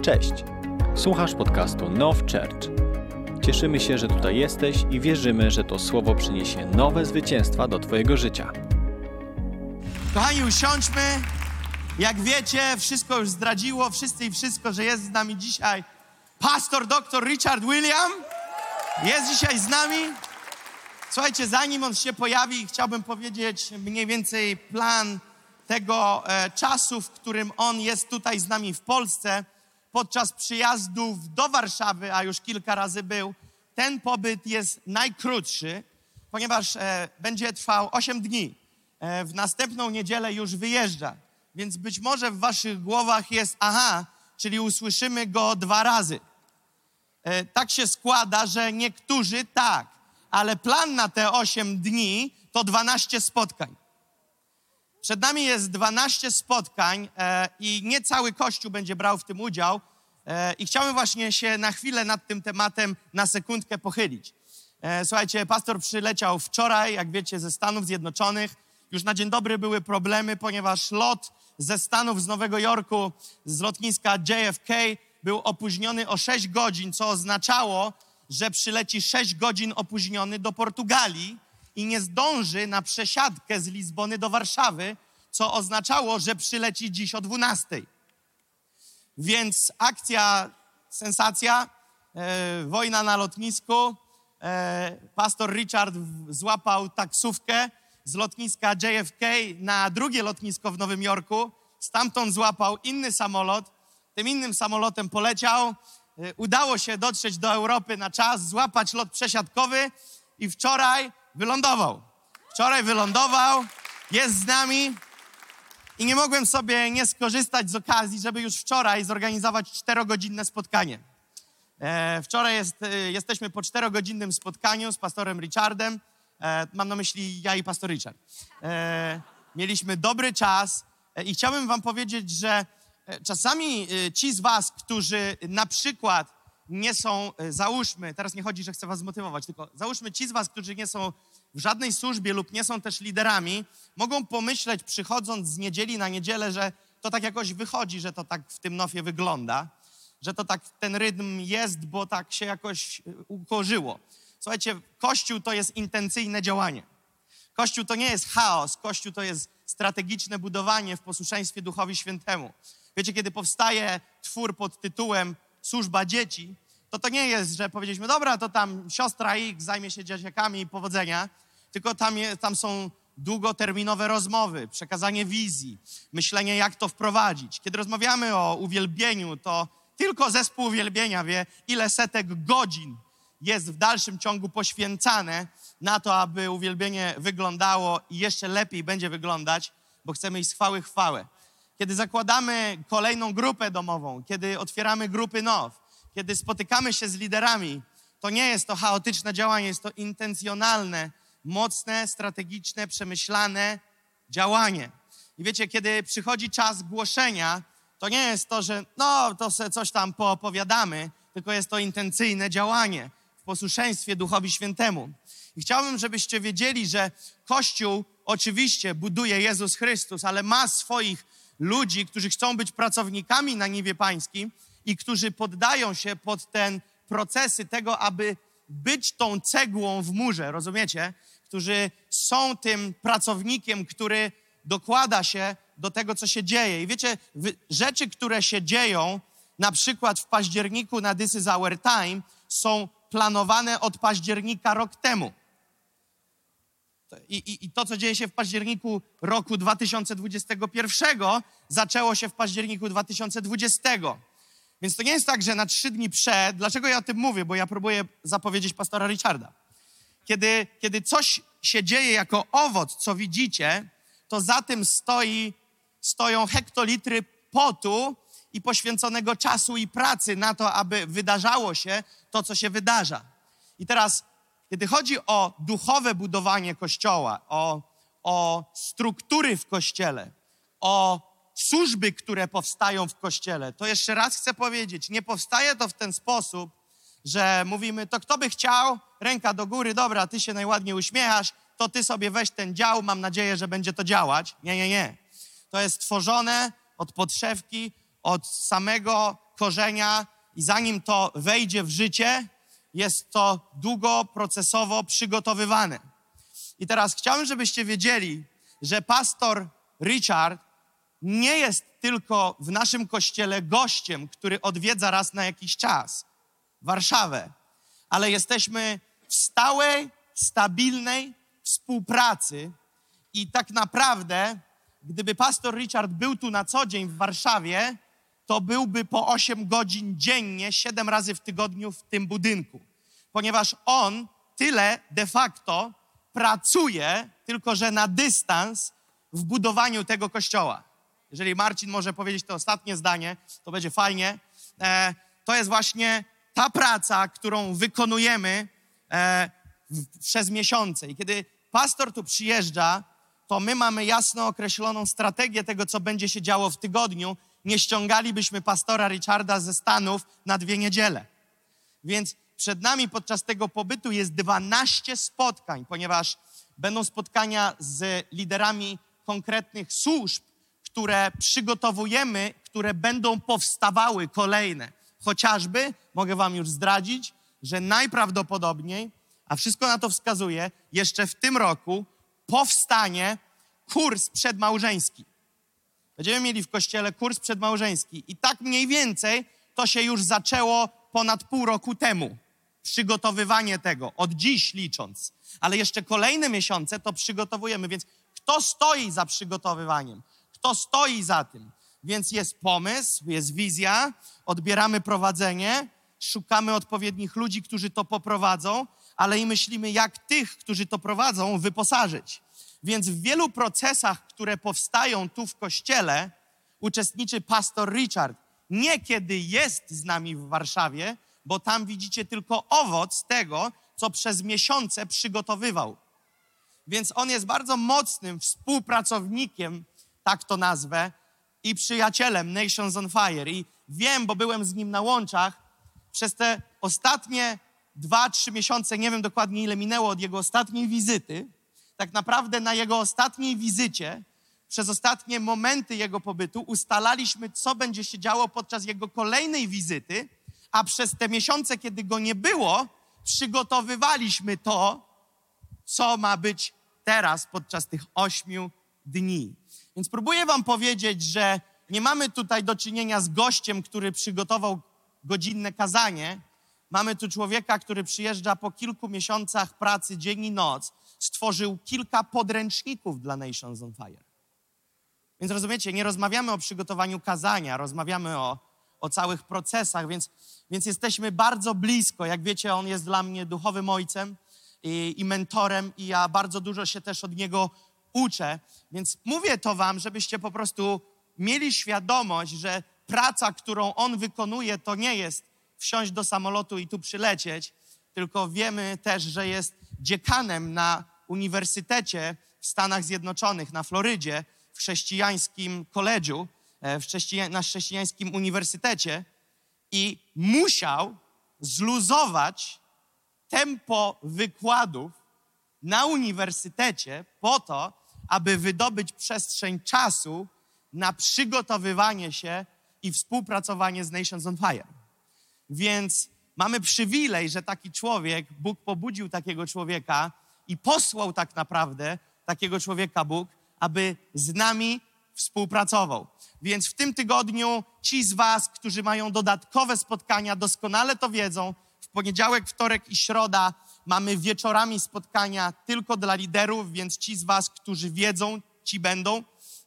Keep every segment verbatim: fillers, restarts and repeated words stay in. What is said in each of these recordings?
Cześć! Słuchasz podcastu Now Church. Cieszymy się, że tutaj jesteś i wierzymy, że to słowo przyniesie nowe zwycięstwa do Twojego życia. Kochani, usiądźmy. Jak wiecie, wszystko już zdradziło, wszyscy i wszystko, że jest z nami dzisiaj pastor doktor Richard William. Jest dzisiaj z nami. Słuchajcie, zanim on się pojawi, chciałbym powiedzieć mniej więcej plan tego e, czasu, w którym on jest tutaj z nami w Polsce. Podczas przyjazdów do Warszawy, a już kilka razy był, ten pobyt jest najkrótszy, ponieważ e, będzie trwał osiem dni. E, w następną niedzielę już wyjeżdża. Więc być może w waszych głowach jest aha, czyli usłyszymy go dwa razy. E, tak się składa, że niektórzy tak, ale plan na te osiem dni to dwanaście spotkań. Przed nami jest dwanaście spotkań e, i nie cały Kościół będzie brał w tym udział e, i chciałbym właśnie się na chwilę nad tym tematem na sekundkę pochylić. E, słuchajcie, pastor przyleciał wczoraj, jak wiecie, ze Stanów Zjednoczonych. Już na dzień dobry były problemy, ponieważ lot ze Stanów, z Nowego Jorku, z lotniska J F K był opóźniony o sześć godzin, co oznaczało, że przyleci sześć godzin opóźniony do Portugalii i nie zdąży na przesiadkę z Lizbony do Warszawy, co oznaczało, że przyleci dziś o dwunastej. Więc akcja, sensacja, e, wojna na lotnisku. E, pastor Richard złapał taksówkę z lotniska J F K na drugie lotnisko w Nowym Jorku. Stamtąd złapał inny samolot. Tym innym samolotem poleciał. E, udało się dotrzeć do Europy na czas, złapać lot przesiadkowy i wczoraj wylądował. Wczoraj wylądował, jest z nami i nie mogłem sobie nie skorzystać z okazji, żeby już wczoraj zorganizować czterogodzinne spotkanie. E, wczoraj jest, e, jesteśmy po czterogodzinnym spotkaniu z pastorem Richardem. E, mam na myśli ja i pastor Richard. E, mieliśmy dobry czas e, i chciałbym wam powiedzieć, że e, czasami e, ci z was, którzy na przykład nie są, załóżmy, teraz nie chodzi, że chcę was zmotywować, tylko załóżmy ci z was, którzy nie są w żadnej służbie lub nie są też liderami, mogą pomyśleć, przychodząc z niedzieli na niedzielę, że to tak jakoś wychodzi, że to tak w tym nofie wygląda, że to tak ten rytm jest, bo tak się jakoś ukorzyło. Słuchajcie, Kościół to jest intencyjne działanie. Kościół to nie jest chaos, Kościół to jest strategiczne budowanie w posłuszeństwie Duchowi Świętemu. Wiecie, kiedy powstaje twór pod tytułem Służba dzieci, to to nie jest, że powiedzieliśmy, dobra, to tam siostra X zajmie się dzieciakami i powodzenia, tylko tam, je, tam są długoterminowe rozmowy, przekazanie wizji, myślenie, jak to wprowadzić. Kiedy rozmawiamy o uwielbieniu, to tylko zespół uwielbienia wie, ile setek godzin jest w dalszym ciągu poświęcane na to, aby uwielbienie wyglądało i jeszcze lepiej będzie wyglądać, bo chcemy iść z chwały w chwałę. Kiedy zakładamy kolejną grupę domową, kiedy otwieramy grupy now, kiedy spotykamy się z liderami, to nie jest to chaotyczne działanie, jest to intencjonalne, mocne, strategiczne, przemyślane działanie. I wiecie, kiedy przychodzi czas głoszenia, to nie jest to, że no, to sobie coś tam poopowiadamy, tylko jest to intencyjne działanie w posłuszeństwie Duchowi Świętemu. I chciałbym, żebyście wiedzieli, że Kościół oczywiście buduje Jezus Chrystus, ale ma swoich ludzi, którzy chcą być pracownikami na niwie pańskim i którzy poddają się pod ten procesy tego, aby być tą cegłą w murze, rozumiecie? Którzy są tym pracownikiem, który dokłada się do tego, co się dzieje. I wiecie, rzeczy, które się dzieją, na przykład w październiku na This is Our Time, są planowane od października rok temu. I, i, I to, co dzieje się w październiku roku dwa tysiące dwudziestego pierwszego, zaczęło się w październiku dwa tysiące dwudziestego. Więc to nie jest tak, że na trzy dni przed... Dlaczego ja o tym mówię? Bo ja próbuję zapowiedzieć pastora Richarda. Kiedy, kiedy coś się dzieje jako owoc, co widzicie, to za tym stoi, stoją hektolitry potu i poświęconego czasu i pracy na to, aby wydarzało się to, co się wydarza. I teraz, kiedy chodzi o duchowe budowanie Kościoła, o, o struktury w Kościele, o służby, które powstają w Kościele, to jeszcze raz chcę powiedzieć, nie powstaje to w ten sposób, że mówimy, to kto by chciał, ręka do góry, dobra, ty się najładniej uśmiechasz, to ty sobie weź ten dział, mam nadzieję, że będzie to działać. Nie, nie, nie. To jest tworzone od podszewki, od samego korzenia i zanim to wejdzie w życie, jest to długoprocesowo przygotowywane. I teraz chciałbym, żebyście wiedzieli, że pastor Richard nie jest tylko w naszym kościele gościem, który odwiedza raz na jakiś czas Warszawę, ale jesteśmy w stałej, stabilnej współpracy i tak naprawdę, gdyby pastor Richard był tu na co dzień w Warszawie, to byłby po osiem godzin dziennie, siedem razy w tygodniu w tym budynku, ponieważ on tyle de facto pracuje, tylko że na dystans w budowaniu tego kościoła. Jeżeli Marcin może powiedzieć to ostatnie zdanie, to będzie fajnie. E, to jest właśnie ta praca, którą wykonujemy e, w, przez miesiące. I kiedy pastor tu przyjeżdża, to my mamy jasno określoną strategię tego, co będzie się działo w tygodniu. Nie ściągalibyśmy pastora Richarda ze Stanów na dwie niedziele. Więc przed nami podczas tego pobytu jest dwanaście spotkań, ponieważ będą spotkania z liderami konkretnych służb, które przygotowujemy, które będą powstawały kolejne. Chociażby, mogę wam już zdradzić, że najprawdopodobniej, a wszystko na to wskazuje, jeszcze w tym roku powstanie kurs przedmałżeński. Będziemy mieli w kościele kurs przedmałżeński i tak mniej więcej to się już zaczęło ponad pół roku temu. Przygotowywanie tego, od dziś licząc. Ale jeszcze kolejne miesiące to przygotowujemy, więc kto stoi za przygotowywaniem? Kto stoi za tym? Więc jest pomysł, jest wizja, odbieramy prowadzenie, szukamy odpowiednich ludzi, którzy to poprowadzą, ale i myślimy, jak tych, którzy to prowadzą, wyposażyć. Więc w wielu procesach, które powstają tu w kościele, uczestniczy pastor Richard. Nie kiedy jest z nami w Warszawie, bo tam widzicie tylko owoc tego, co przez miesiące przygotowywał. Więc on jest bardzo mocnym współpracownikiem, tak to nazwę, i przyjacielem Nations on Fire. I wiem, bo byłem z nim na łączach, przez te ostatnie dwa, trzy miesiące, nie wiem dokładnie ile minęło od jego ostatniej wizyty, tak naprawdę na jego ostatniej wizycie, przez ostatnie momenty jego pobytu ustalaliśmy, co będzie się działo podczas jego kolejnej wizyty, a przez te miesiące, kiedy go nie było, przygotowywaliśmy to, co ma być teraz podczas tych ośmiu dni. Więc próbuję wam powiedzieć, że nie mamy tutaj do czynienia z gościem, który przygotował godzinne kazanie. Mamy tu człowieka, który przyjeżdża po kilku miesiącach pracy dzień i noc, stworzył kilka podręczników dla Nations on Fire. Więc rozumiecie, nie rozmawiamy o przygotowaniu kazania, rozmawiamy o, o całych procesach, więc, więc jesteśmy bardzo blisko. Jak wiecie, on jest dla mnie duchowym ojcem i, i mentorem i ja bardzo dużo się też od niego uczę. Więc mówię to wam, żebyście po prostu mieli świadomość, że praca, którą on wykonuje, to nie jest wsiąść do samolotu i tu przylecieć, tylko wiemy też, że jest dziekanem na uniwersytecie w Stanach Zjednoczonych, na Florydzie, w chrześcijańskim college'u, w chrześcija- na chrześcijańskim uniwersytecie i musiał zluzować tempo wykładów na uniwersytecie po to, aby wydobyć przestrzeń czasu na przygotowywanie się i współpracowanie z Nations on Fire. Więc mamy przywilej, że taki człowiek, Bóg pobudził takiego człowieka i posłał tak naprawdę takiego człowieka Bóg, aby z nami współpracował. Więc w tym tygodniu ci z was, którzy mają dodatkowe spotkania, doskonale to wiedzą. W poniedziałek, wtorek i środa mamy wieczorami spotkania tylko dla liderów, więc ci z was, którzy wiedzą, ci będą.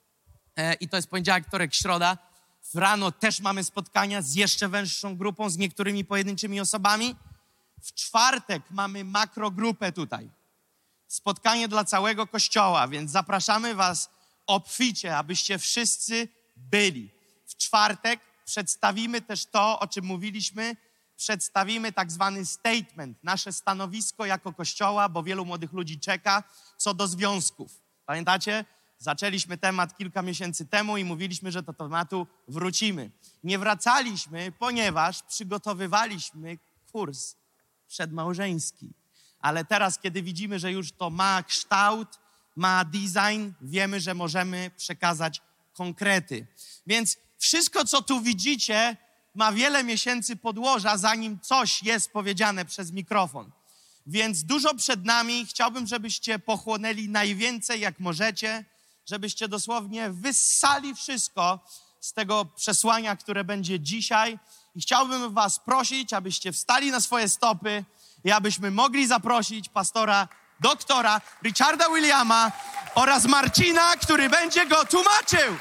E, I to jest poniedziałek, wtorek, środa. W rano też mamy spotkania z jeszcze węższą grupą, z niektórymi pojedynczymi osobami. W czwartek mamy makrogrupę tutaj. Spotkanie dla całego Kościoła, więc zapraszamy was obficie, abyście wszyscy byli. W czwartek przedstawimy też to, o czym mówiliśmy, przedstawimy tak zwany statement, nasze stanowisko jako Kościoła, bo wielu młodych ludzi czeka, co do związków. Pamiętacie? Zaczęliśmy temat kilka miesięcy temu i mówiliśmy, że do tematu wrócimy. Nie wracaliśmy, ponieważ przygotowywaliśmy kurs przedmałżeński. Ale teraz, kiedy widzimy, że już to ma kształt, ma design, wiemy, że możemy przekazać konkrety. Więc wszystko, co tu widzicie, ma wiele miesięcy podłoża, zanim coś jest powiedziane przez mikrofon. Więc dużo przed nami. Chciałbym, żebyście pochłonęli najwięcej, jak możecie, żebyście dosłownie wyssali wszystko z tego przesłania, które będzie dzisiaj. I chciałbym was prosić, abyście wstali na swoje stopy i abyśmy mogli zaprosić pastora, doktora Richarda Williama oraz Marcina, który będzie go tłumaczył.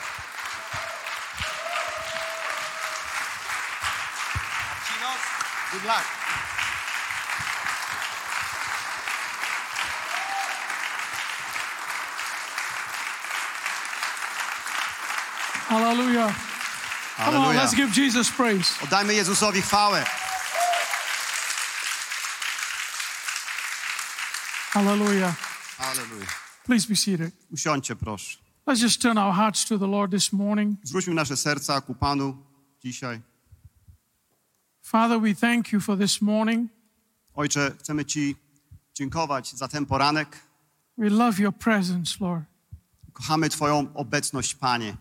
Marcinos, good luck. Hallelujah. Come on, Halleluja. let's give Jesus praise. Oddajmy Jezusowi chwałę. Hallelujah. Halleluja. Please be seated. Usiądźcie, proszę. Let's just turn our hearts to the Lord this morning. Zwróćmy nasze serca ku Panu dzisiaj. Father, we thank you for this morning. Ojcze, chcemy Ci dziękować za ten poranek. We love your presence, Lord. Kochamy Twoją obecność, Panie.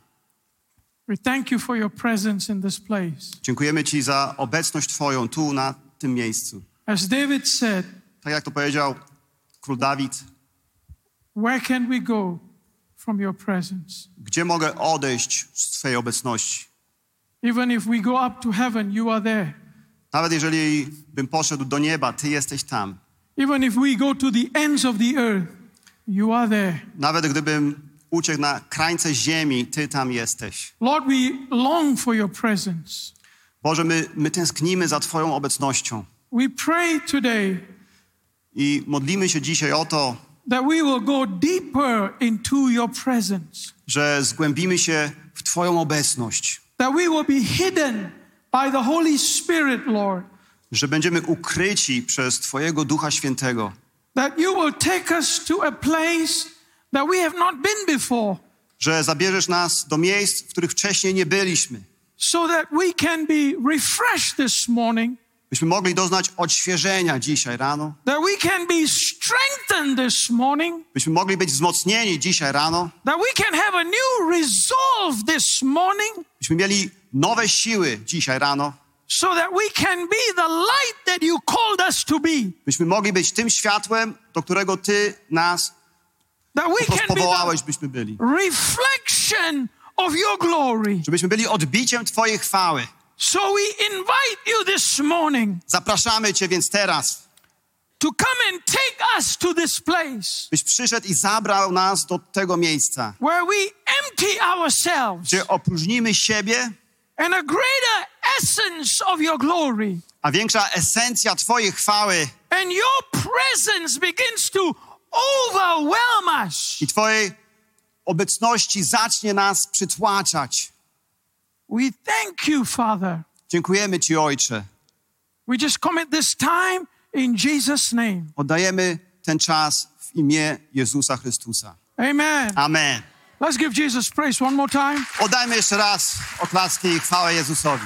We thank you for your presence in this place. Dziękujemy Ci za obecność Twoją tu, na tym miejscu. As David said, Tak jak to powiedział król Dawid, where can we go from your presence? gdzie mogę odejść z Twojej obecności? Even if we go up to heaven, you are there. Nawet jeżeli bym poszedł do nieba, Ty jesteś tam. Even if we go to the ends of the earth, you are there. Nawet gdybym uciekł na krańce ziemi, Ty tam jesteś. Lord, we long for your presence. Boże, my, my tęsknimy za Twoją obecnością. We pray today I modlimy się dzisiaj o to, that we will go deeper into your presence, że zgłębimy się w Twoją obecność, that we will be hidden by the Holy Spirit, Lord, że będziemy ukryci przez Twojego Ducha Świętego, that you will take us to a place that we have not been before, że zabierzesz nas do miejsc, w których wcześniej nie byliśmy, so that we can be refreshed this morning, byśmy mogli doznać odświeżenia dzisiaj rano, that we can be strengthened this morning, byśmy mogli być wzmocnieni dzisiaj rano, that we can have a new resolve this morning, byśmy mieli nowe siły dzisiaj rano, so that we can be the light that you called us to be, byśmy mogli być tym światłem, do którego Ty nas that we po prostu can be powołałeś, byśmy byli. the reflection of your glory. Żebyśmy byli odbiciem Twojej chwały. So we invite you this morning Zapraszamy Cię więc teraz, to come and take us to this place byś przyszedł i zabrał nas do tego miejsca, where we empty ourselves gdzie opróżnimy siebie, and a greater essence of your glory, a większa esencja Twojej chwały and your presence begins to overwhelm us. i Twojej obecności zacznie nas przytłaczać. We thank you, Father. Dziękujemy Ci, Ojcze. We just commit this time in Jesus' name. Oddajemy ten czas w imię Jezusa Chrystusa. Amen. Amen. Let's give Jesus praise one more time. Oddajmy jeszcze raz oklaski i chwałę Jezusowi.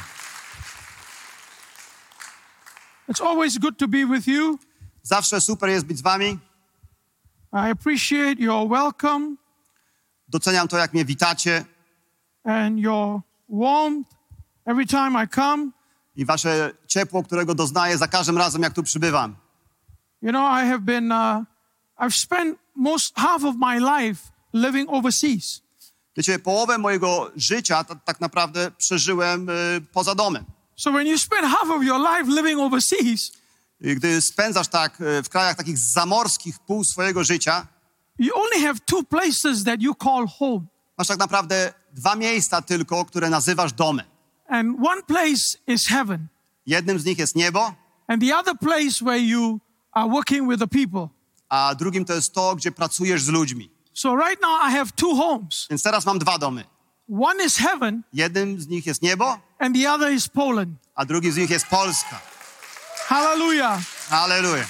It's always good to be with you. Zawsze super jest być z Wami. I appreciate your welcome Doceniam to, jak mnie witacie and your warmth every time I come. i Wasze ciepło, którego doznaję za każdym razem, jak tu przybywam. You know, I have been, uh, I've spent most half of my life living overseas. Wiecie, połowę mojego życia t- tak naprawdę przeżyłem y, poza domem. So when you spend half of your life living overseas, I gdy spędzasz tak y, w krajach takich zamorskich pół swojego życia, you only have two places that you call home. masz tak naprawdę dwa miejsca tylko, które nazywasz domem. And one place is heaven. Jednym z nich jest niebo, And the other place where you are working with the people. a drugim to jest to, gdzie pracujesz z ludźmi. So right now I have two homes. Więc teraz mam dwa domy. One is heaven Jednym z nich jest niebo, and the other is Poland. a drugi z nich jest Polska. Hallelujah. Halleluja.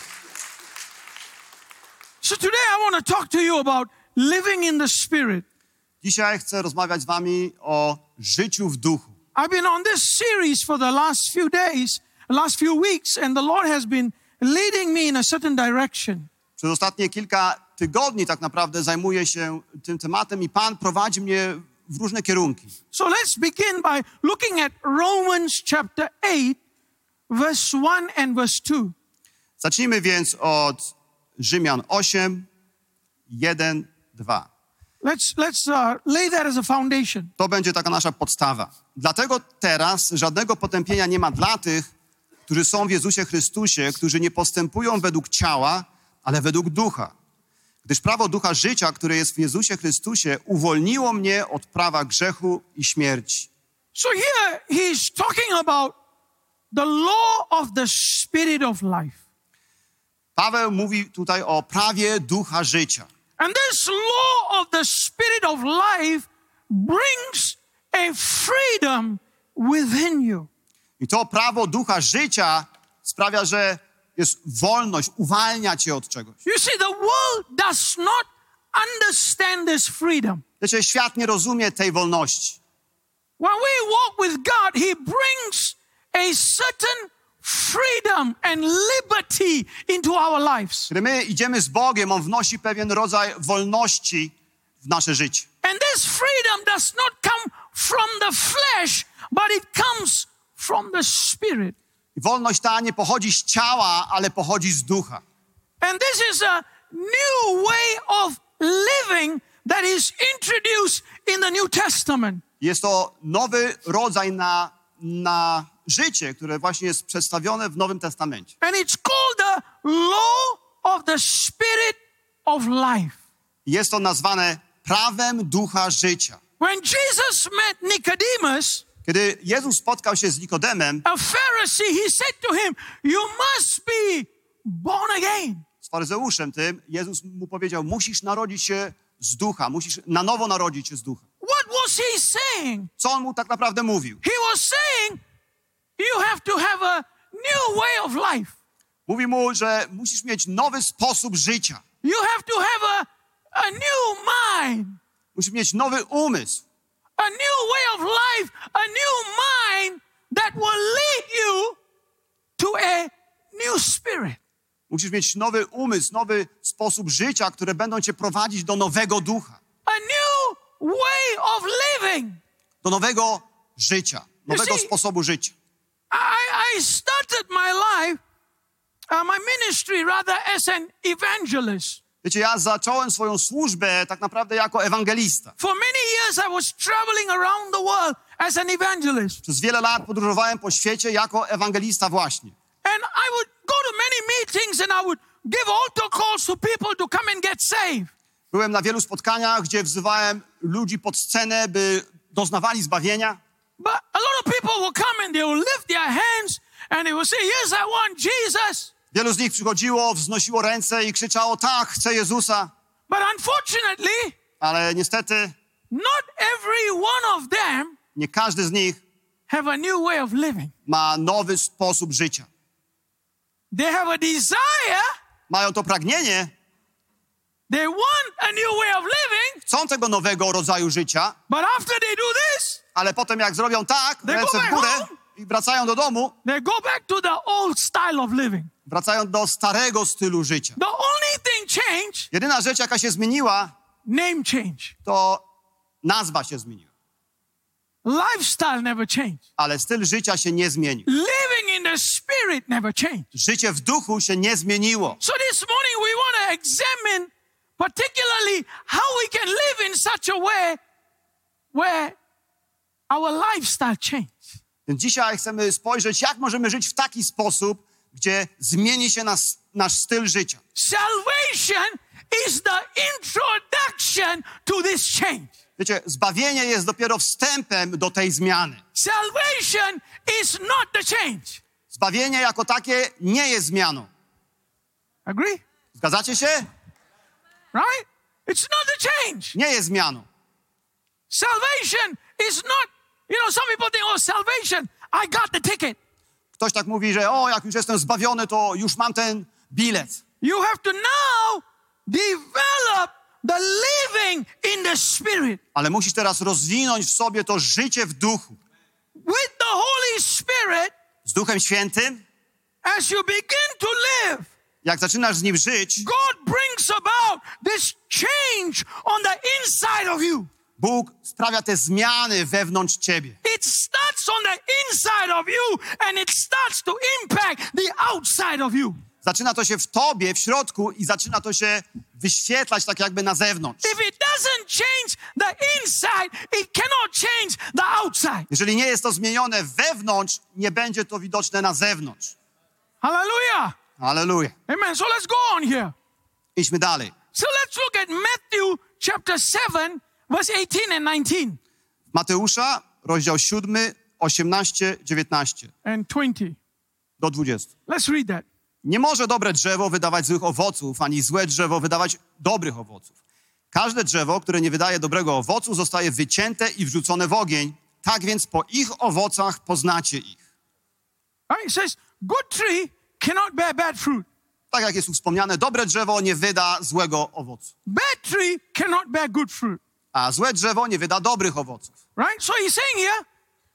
So today I want to talk to you about living in the Spirit. Dzisiaj chcę rozmawiać z wami o życiu w duchu. I've been on this series for the last few days, last few weeks, and the Lord has been leading me in a certain direction. Przez ostatnie kilka tygodni tak naprawdę zajmuję się tym tematem i Pan prowadzi mnie w różne kierunki. So let's begin by looking at Romans chapter eight, verse one and verse two. Zacznijmy więc od Rzymian osiem, jeden, dwa. Let's, let's uh, lay that as a foundation. To będzie taka nasza podstawa. Dlatego teraz żadnego potępienia nie ma dla tych, którzy są w Jezusie Chrystusie, którzy nie postępują według ciała, ale według ducha. Gdyż prawo ducha życia, które jest w Jezusie Chrystusie, uwolniło mnie od prawa grzechu i śmierci. So here he's talking about the law of the Spirit of life. Paweł mówi tutaj o prawie ducha życia. And this law of the Spirit of life brings a freedom within you. I to prawo ducha życia sprawia, że jest wolność, uwalnia cię od czegoś. You see, the world does not understand this freedom. Wiecie, świat nie rozumie tej wolności. When we walk with God, He brings a certain freedom and liberty into our lives. Kiedy my idziemy z Bogiem, On wnosi pewien rodzaj wolności w nasze życie. And this freedom does not come from the flesh, but it comes from the Spirit. I wolność ta nie pochodzi z ciała, ale pochodzi z ducha. And this is a new way of living that is introduced in the New Testament. Jest to nowy rodzaj na, na życie, które właśnie jest przedstawione w Nowym Testamencie. And it's called the law of the Spirit of life. Jest to nazwane prawem ducha życia. When Jesus met Nicodemus, Kiedy Jezus spotkał się z Nikodemem, a Pharisee, he said to him, you must be born again. z faryzeuszem tym, Jezus mu powiedział, musisz narodzić się z ducha, musisz na nowo narodzić się z ducha. What was he saying? Co on mu tak naprawdę mówił? He was saying, you have to have a new way of life. Mówi mu, że musisz mieć nowy sposób życia. You have to have a, a new mind, Musisz mieć nowy umysł. a new way of life, a new mind that will lead you to a new spirit. Musisz mieć nowy umysł, nowy sposób życia, które będą cię prowadzić do nowego ducha. A new way of living. Do nowego życia, nowego see- sposobu życia. I, I started my life, uh, my ministry rather, as an evangelist. Wiecie, ja zacząłem swoją służbę tak naprawdę jako ewangelista. For many years, I was traveling around the world as an evangelist. Przez wiele lat podróżowałem po świecie jako ewangelista właśnie. And I would go to many meetings and I would give altar calls to people to come and get saved. Byłem na wielu spotkaniach, gdzie wzywałem ludzi pod scenę, by doznawali zbawienia. But a lot of people will come and they will lift their hands and they will say, yes, I want Jesus. Wielu z nich przychodziło, wznosiło ręce i krzyczało, tak, chcę Jezusa. But unfortunately, Ale niestety not every one of them nie każdy z nich have a new way of living. ma nowy sposób życia. They have a desire, Mają to pragnienie, they want a new way of living, chcą tego nowego rodzaju życia, but after they do this, ale potem jak zrobią tak, They ręce go w back górę home. i wracają do domu, they go back to the old style of living. wracają do starego stylu życia. The only thing changed, Jedyna rzecz, jaka się zmieniła, name change. to nazwa się zmieniła. Lifestyle never changed. Ale styl życia się nie zmienił. Living in the spirit never changed. Życie w duchu się nie zmieniło. So this morning we want to examine particularly how we can live in such a way where our lifestyle changed. Więc dzisiaj chcemy spojrzeć, jak możemy żyć w taki sposób, gdzie zmieni się nas, nasz styl życia. Salvation is the introduction to this change. Wiecie, zbawienie jest dopiero wstępem do tej zmiany. Salvation is not the change. Zbawienie jako takie nie jest zmianą. Agree? Zgadzacie się? Right? It's not the change. Nie jest zmianą. Salvation is not, you know, some people think, oh, salvation, I got the ticket. Ktoś tak mówi, że o, jak już jestem zbawiony, to już mam ten bilet. You have to now develop the living in the spirit. Ale musisz teraz rozwinąć w sobie to życie w duchu. With the Holy Spirit, Z Duchem Świętym, as you begin to live, jak zaczynasz z Nim żyć, God brings about this change on the inside of you. Bóg sprawia te zmiany wewnątrz ciebie. It starts on the inside of you and it starts to impact the outside of you. Zaczyna to się w tobie, w środku i zaczyna to się wyświetlać tak jakby na zewnątrz. If it doesn't change the inside, it cannot change the outside. Jeżeli nie jest to zmienione wewnątrz, nie będzie to widoczne na zewnątrz. Hallelujah. Halleluja. Amen. So let's go on here. Idźmy dalej. So let's look at Matthew chapter seven, verse eighteen and nineteen. Mateusza, rozdział siódmy, osiemnaście, dziewiętnaście And twenty. do dwudziestu. Let's read that. Nie może dobre drzewo wydawać złych owoców, ani złe drzewo wydawać dobrych owoców. Każde drzewo, które nie wydaje dobrego owocu, zostaje wycięte i wrzucone w ogień. Tak więc po ich owocach poznacie ich. Right? It says, good tree cannot bear bad fruit. Tak jak jest tu wspomniane, dobre drzewo nie wyda złego owocu, Bad tree cannot bear good fruit. a złe drzewo nie wyda dobrych owoców. Right? So he's saying here,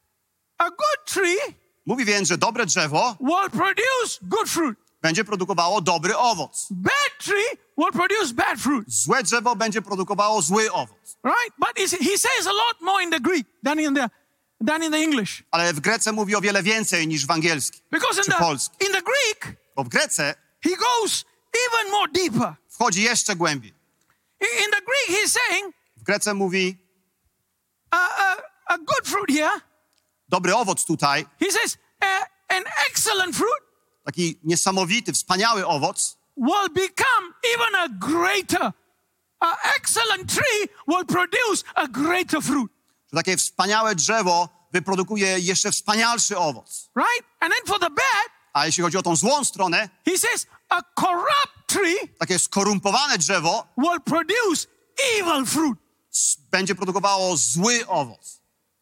a good tree Mówi więc, że dobre drzewo will produce good fruit. będzie produkowało dobry owoc. Bad tree will produce bad fruit. Złe drzewo będzie produkowało zły owoc. Right? But he's- he says a lot more in the Greek than in the, than in the English. Ale w Grece mówi o wiele więcej niż w angielskim Because in czy the, polskim. in the Greek, Bo w Grece he goes even more deeper. wchodzi jeszcze głębiej. In in the Greek, he's saying W Grece mówi uh, uh, a good fruit here. dobry owoc tutaj, He says uh, an excellent fruit taki niesamowity, wspaniały owoc, will become even a greater. An excellent tree will produce a greater fruit. że takie wspaniałe drzewo wyprodukuje jeszcze wspanialszy owoc. Right? And then for the bad, A jeśli chodzi o tą złą stronę, he says a corrupt tree takie skorumpowane drzewo will produce evil fruit. s- będzie produkowało zły owoc.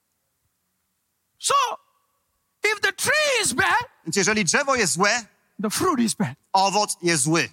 So, if the tree is bad, Więc jeżeli drzewo jest złe, the fruit is bad. owoc jest zły.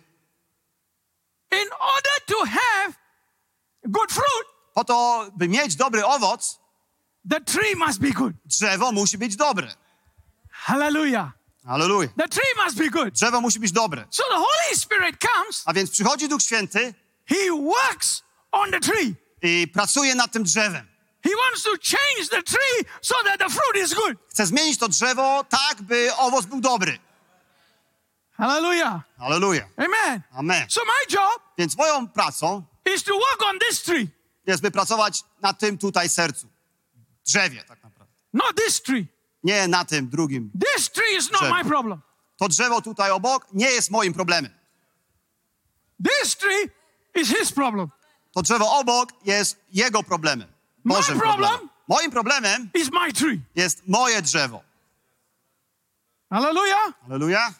In order to have good fruit, Po to, by mieć dobry owoc, the tree must be good. drzewo musi być dobre. Hallelujah. Halleluja. The tree must be good. Drzewo musi być dobre. So the Holy Spirit comes, A więc przychodzi Duch Święty he works on the tree. i pracuje nad tym drzewem. He wants to change the tree so that the fruit is good. Chce zmienić to drzewo tak, by owoc był dobry. Hallelujah. Halleluja. Amen. Amen. So my job Więc moją pracą is to work on this tree, jest, by pracować na tym tutaj sercu. Drzewie tak naprawdę. not this tree. Nie na tym drugim. This tree is not Drzewo. my problem. To drzewo tutaj obok nie jest moim problemem. This tree is his problem. To drzewo obok jest jego problemem. Bożym problem? problemem. Moim problemem Is my tree. jest moje drzewo. Hallelujah. Halleluja.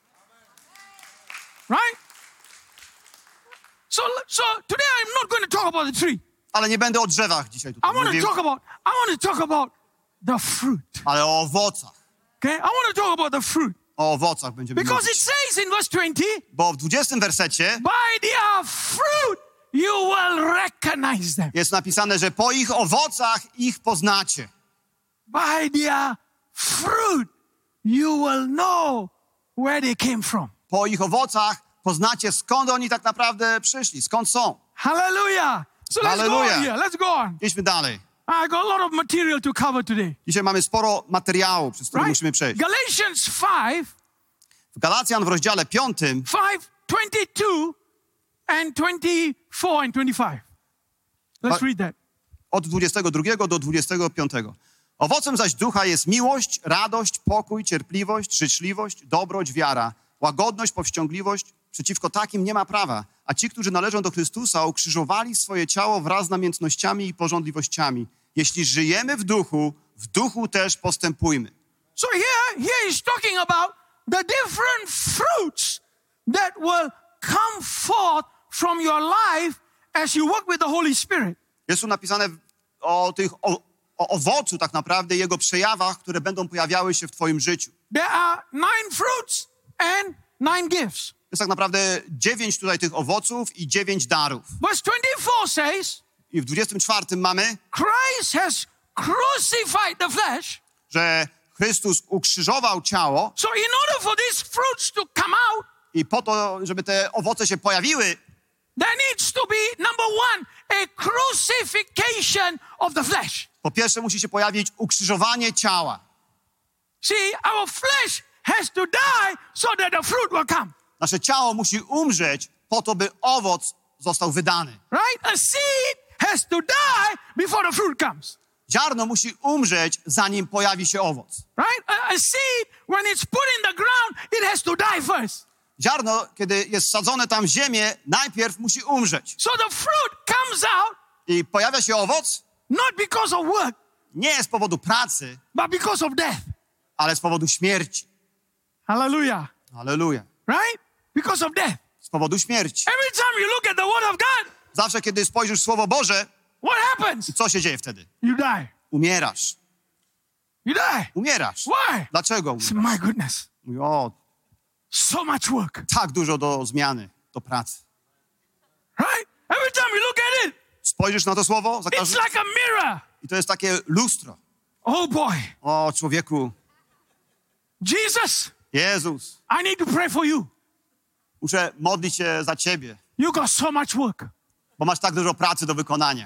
Right? So, so today I'm not going to talk about the tree. Ale nie będę o drzewach dzisiaj I tutaj want to mówił, talk about, I want to talk about the fruit. ale o owocach. Okay? I want to talk about the fruit. O owocach będziemy Because it mówić. says in verse twenty, Bo w dwudziestym wersecie by their fruit you will recognize them. jest napisane, że po ich owocach ich poznacie. By their fruit you will know where they came from. Po ich owocach poznacie, skąd oni tak naprawdę przyszli, skąd są. Hallelujah. So let's go Hallelujah. on here. Let's go on. Idźmy dalej. I got a lot of material to cover today. Dzisiaj mamy sporo materiału, przez który Right? musimy przejść. Galatians five, W Galacjan w rozdziale piątym, five, twenty-two and twenty-four and twenty-five. Let's But- read that. od dwudziestego drugiego do dwudziestego piątego. Owocem zaś ducha jest miłość, radość, pokój, cierpliwość, życzliwość, dobroć, wiara, łagodność, powściągliwość. Przeciwko takim nie ma prawa. A ci, którzy należą do Chrystusa, ukrzyżowali swoje ciało wraz z namiętnościami i pożądliwościami. Jeśli żyjemy w duchu, w duchu też postępujmy. So here, here he's talking about the different fruits that will come forth from your life as you work with the Holy Spirit. Jest tu napisane o tych o, o owocu tak naprawdę, jego przejawach, które będą pojawiały się w twoim życiu. There are nine fruits and nine gifts. Jest tak naprawdę dziewięć tutaj tych owoców i dziewięć darów. Verse twenty-four says, I w dwudziestym czwartym mamy, Christ has crucified the flesh. że Chrystus ukrzyżował ciało So in order for these fruits to come out, i po to, żeby te owoce się pojawiły, there needs to be, number one, a crucifixion of the flesh. Po pierwsze musi się pojawić ukrzyżowanie ciała. See, our flesh has to die so that the fruit will come. Nasze ciało musi umrzeć po to, by owoc został wydany. Right? A seed has to die before the fruit comes. Ziarno musi umrzeć, zanim pojawi się owoc. Right? A, a seed, when it's put in the ground, it has to die first. Ziarno, kiedy jest sadzone tam w ziemię, najpierw musi umrzeć. So the fruit comes out I pojawia się owoc not because of work, nie z powodu pracy, but because of death. ale z powodu śmierci. Hallelujah. Halleluja. Right? Because of death. Z powodu śmierci. Every time you look at the Word of God, Zawsze, kiedy spojrzysz w Słowo Boże, what happens? co się dzieje wtedy? You die. Umierasz. You die. Umierasz. Why? Dlaczego? It's my goodness. Mówi, o, So much work. tak dużo do zmiany, do pracy. Right? Every time you look at it, Spojrzysz na to Słowo za it's każdym... like a mirror. I to jest takie lustro. Oh boy. O, człowieku, Jesus, Jezus, I need to pray for you. muszę modlić się za Ciebie, You got so much work. bo masz tak dużo pracy do wykonania.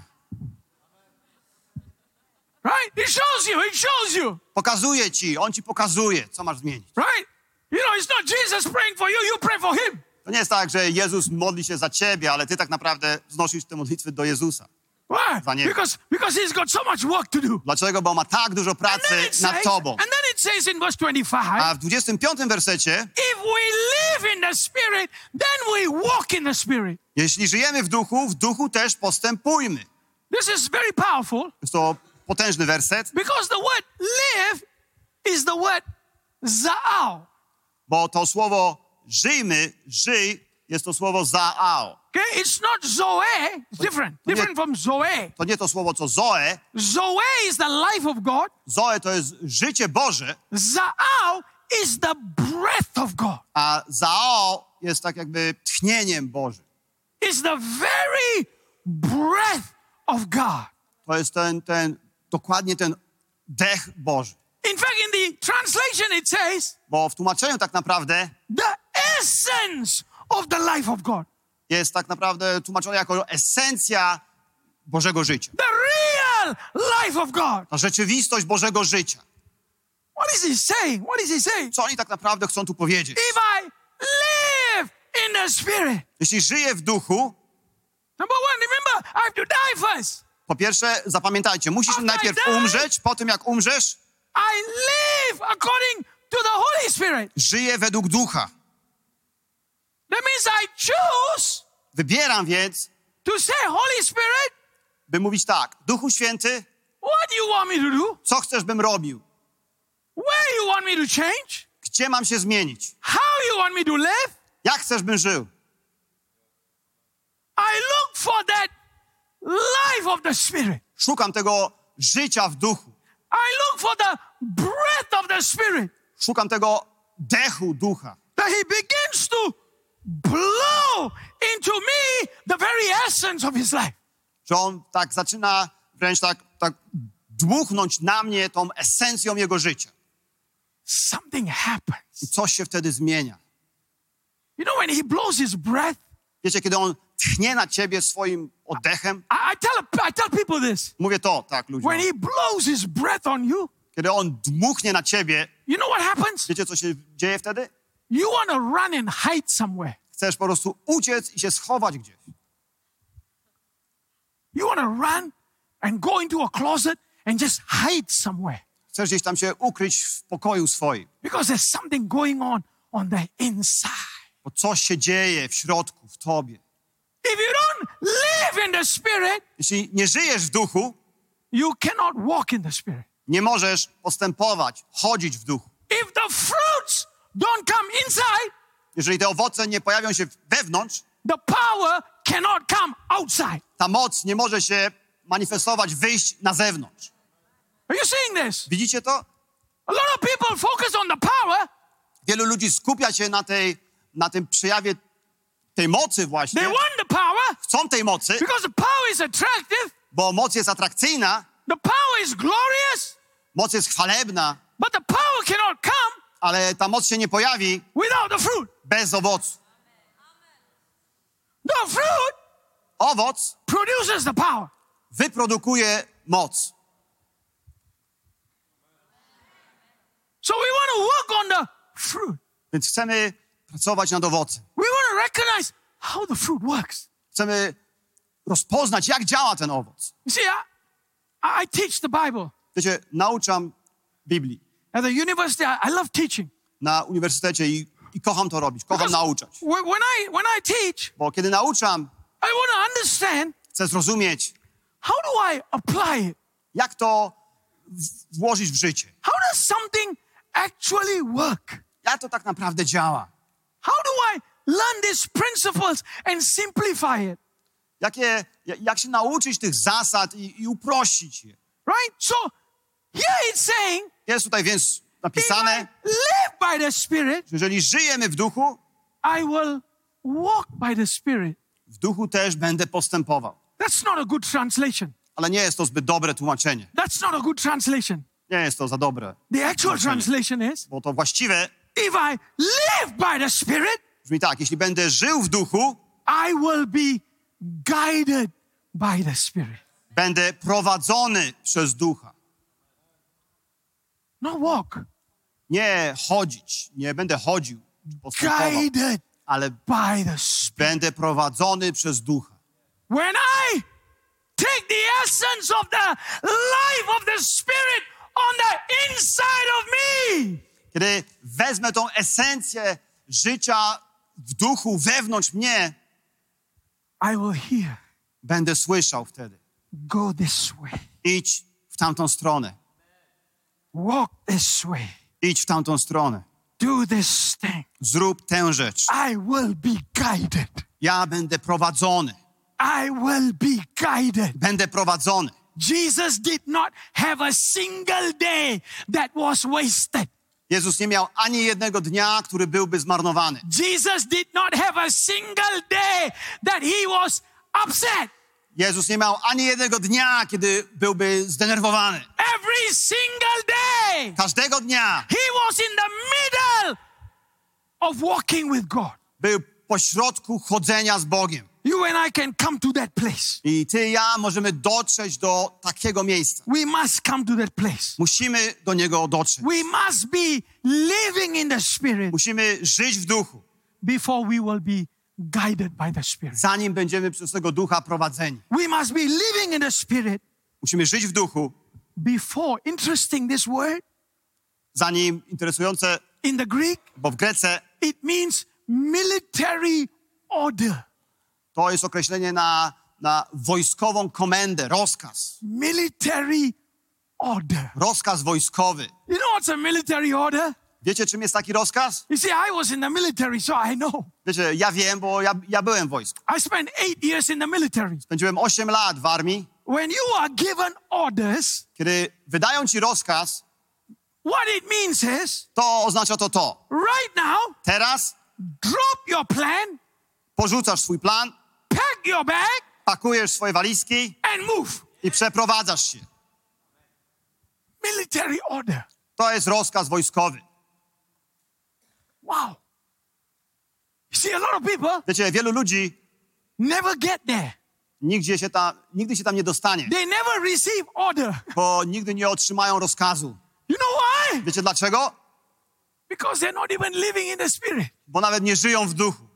Right? It shows you. It shows you. Pokazuje Ci, On Ci pokazuje, co masz zmienić. Right? You know, it's not Jesus praying for you. You pray for him. To nie jest tak, że Jezus modli się za Ciebie, ale Ty tak naprawdę znosisz te modlitwy do Jezusa. Why? Za niego. Because, because he's got so much work to do. Dlaczego? Bo ma tak dużo And then, pracy it nad says, Tobą. and then it says in verse twenty-five, A w dwudziestym piątym wersecie, if we live in the Spirit, then we walk in the Spirit. jeśli żyjemy w duchu, w duchu też postępujmy. This is very powerful Jest to potężny werset, because the word live is the word za'al. bo to słowo żyjmy, żyj, jest to słowo zaao. Okay? It's not zoe. It's different. nie- Different from zoe. To nie to słowo, co zoe. Zoe is the life of God. Zoe to jest życie Boże, Za'al is the breath of God. a zao jest tak jakby tchnieniem Bożym. It's the very breath of God. To jest ten, ten, dokładnie ten dech Boży. In fact, in the translation it says Bo w tłumaczeniu tak naprawdę the essence of the life of God. jest tak naprawdę tłumaczone jako esencja Bożego życia. The real life of God. Ta rzeczywistość Bożego życia. What is he saying? What is he saying? Co oni tak naprawdę chcą tu powiedzieć? If I live in the Spirit. Jeśli żyję w duchu, Number one, remember, I have to die first. po pierwsze zapamiętajcie, musisz najpierw umrzeć, po tym jak umrzesz, I live according to the Holy Spirit. żyję według ducha. That means I choose Wybieram więc, to say, Holy Spirit, by mówić tak, Duchu Święty, what do you want me to do? co chcesz, bym robił? Where you want me to change? Gdzie mam się zmienić? How you want me to live? Jak chcesz, bym żył? I look for that life of the Spirit. Szukam tego życia w duchu. I look for the breath of the Spirit. Szukam tego dechu ducha. That He begins to blow into me the very essence of His life. Że on tak zaczyna wręcz tak, tak dmuchnąć na mnie tą esencją jego życia. Something happens. I coś się wtedy zmienia. You know, when He blows His breath, Wiecie, kiedy on tchnie na ciebie swoim oddechem, I, I tell I tell people this. mówię to tak ludziom, When He blows His breath on you, kiedy on dmuchnie na ciebie, you know what happens? wiecie, co się dzieje wtedy? You want to run and hide somewhere. Chcesz po prostu uciec i się schować gdzieś. You want to run and go into a closet and just hide somewhere Chcesz gdzieś tam się ukryć w pokoju swoim, because there's something going on on the inside. bo coś się dzieje w środku, w tobie. If you don't live in the Spirit, Jeśli nie żyjesz w duchu, you cannot walk in the Spirit. nie możesz postępować, chodzić w duchu. If the fruits don't come inside, Jeżeli te owoce nie pojawią się wewnątrz, the power cannot come outside. ta moc nie może się manifestować, wyjść na zewnątrz. Are you seeing this? Widzicie to? A lot of people focus on the power. Wielu ludzi skupia się na, tej, na tym przejawie tej mocy właśnie. They want the power Chcą tej mocy, because the power is attractive. bo moc jest atrakcyjna, The power is glorious, moc jest chwalebna, but the power cannot come ale ta moc się nie pojawi without the fruit. bez owocu. The fruit Owoc produces the power. wyprodukuje moc. So we want to work on the fruit. Więc chcemy pracować nad owocem. We want to recognize how the fruit works. Chcemy rozpoznać, jak działa ten owoc. You see, I, I teach the Bible. Wiecie, nauczam Biblii At the university, I, I love teaching. na uniwersytecie i, i kocham to robić, kocham Because nauczać. wh- When I, when I teach, Bo kiedy nauczam, I want to understand chcę zrozumieć, how do I apply it? jak to w- włożyć w życie. How does something actually work? Jak to tak naprawdę działa. How do I learn these principles and simplify it? Jakie, jak- jak się nauczyć tych zasad i, i uprościć je. Right? So here it's saying, Jest tutaj więc if I napisane, live by the Spirit, że jeżeli żyjemy w duchu, I will walk by the Spirit. w duchu też będę postępował. That's not a good translation. Ale nie jest to zbyt dobre tłumaczenie. That's not a good translation. Nie jest to za dobre, The actual Tłumaczenie. translation is, bo to właściwe if I live by the Spirit, brzmi tak, jeśli będę żył w duchu, I will be guided by the Spirit. będę prowadzony przez ducha. Not walk. Nie chodzić, nie będę chodził, czy postępował, Guided ale by the Spirit. będę prowadzony przez ducha. When I take the essence of the life of the Spirit on the inside of me, Kiedy wezmę tą esencję życia w duchu wewnątrz mnie, I will hear, będę słyszał wtedy. go this way, Idź w tamtą stronę. walk this way, Idź w tamtą stronę. do this thing. Zrób tę rzecz. I will be guided. Ja będę prowadzony. I will be guided. Będę prowadzony. Jesus did not have a single day that was wasted. Jezus nie miał ani jednego dnia, który byłby zmarnowany. Jesus did not have a single day that he was upset. Jezus nie miał ani jednego dnia, kiedy byłby zdenerwowany. Every single day, Każdego dnia he was in the middle of walking with God. był pośrodku chodzenia z Bogiem. You and I can come to that place. I ty i ja możemy dotrzeć do takiego miejsca. We must come to that place. Musimy do niego dotrzeć. We must be living in the Spirit Musimy żyć w duchu, before we will be guided by the Spirit. zanim będziemy przez tego ducha prowadzeni. We must be living in the Spirit Musimy żyć w duchu, before. Interesting, this word zanim interesujące, in the Greek, bo w Grece it means military order. to jest określenie na, na wojskową komendę, rozkaz. Military order. Rozkaz wojskowy. You know what's a military order? Wiecie, czym jest taki rozkaz? You see, I was in the military, so I know. Wiecie, ja wiem, bo ja, ja byłem w wojsku. I spent eight years in the military. Spędziłem osiem lat w armii. When you are given orders, Kiedy wydają ci rozkaz, what it means is, to oznacza to to. right now, Teraz drop your plan, porzucasz swój plan, pack your bag, pakujesz swoje walizki and move. i przeprowadzasz się. Military order. To jest rozkaz wojskowy. Wow. You see, a lot of people Wiecie, wielu ludzi never get there. nigdzie się tam, nigdy się tam nie dostanie, They never receive order. bo nigdy nie otrzymają rozkazu. You know why? Wiecie dlaczego? Because they're not even living in the Spirit. Bo nawet nie żyją w duchu.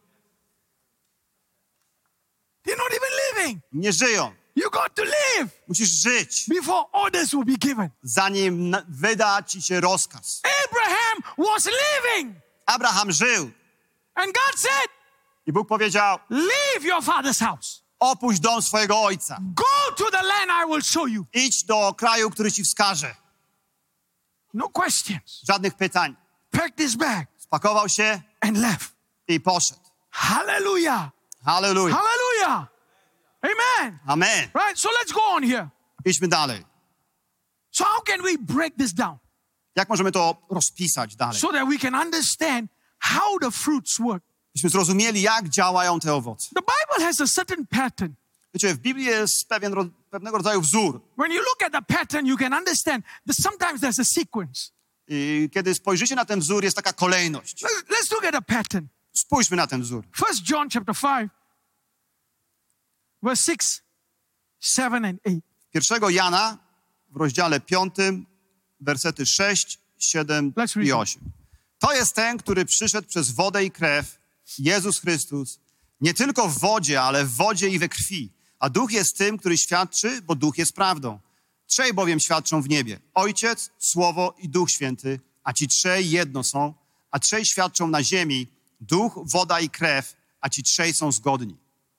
They're not even living. Nie żyją. You got to live Musisz żyć, before orders will be given. zanim na- wyda ci się rozkaz. Abraham was living. Abraham żył And God said, i Bóg powiedział, leave your father's house. opuść dom swojego ojca. Go to the land I will show you. Idź do kraju, który ci wskaże. No questions. Żadnych pytań. Packed his bag Spakował się and left. i poszedł. Hallelujah. Halleluja. Hallelujah. Amen. Amen. Right, so let's go on here. Idźmy dalej. So how can we break this down Jak możemy to rozpisać dalej? so that we can understand how the fruits work? Byśmy zrozumieli, jak działają te owoce. The Bible has a certain pattern. Wiecie, w Biblii jest pewien, ro- pewnego rodzaju wzór. When you look at the pattern, you can understand that sometimes there's a sequence. I kiedy spojrzycie na ten wzór, jest taka kolejność. Let's, let's look at a pattern. Spójrzmy na ten wzór. First John chapter five. verse six, seven, and eight. Pierwszego Jana w rozdziale piątym, wersety sześć, siedem Let's read i it. osiem. To jest ten, który przyszedł przez wodę i krew, Jezus Chrystus, nie tylko w wodzie, ale w wodzie i we krwi. A Duch jest tym, który świadczy, bo Duch jest prawdą. Trzej bowiem świadczą w niebie. Ojciec, Słowo i Duch Święty, a ci trzej jedno są, a trzej świadczą na ziemi, Duch, woda i krew, a ci trzej są zgodni.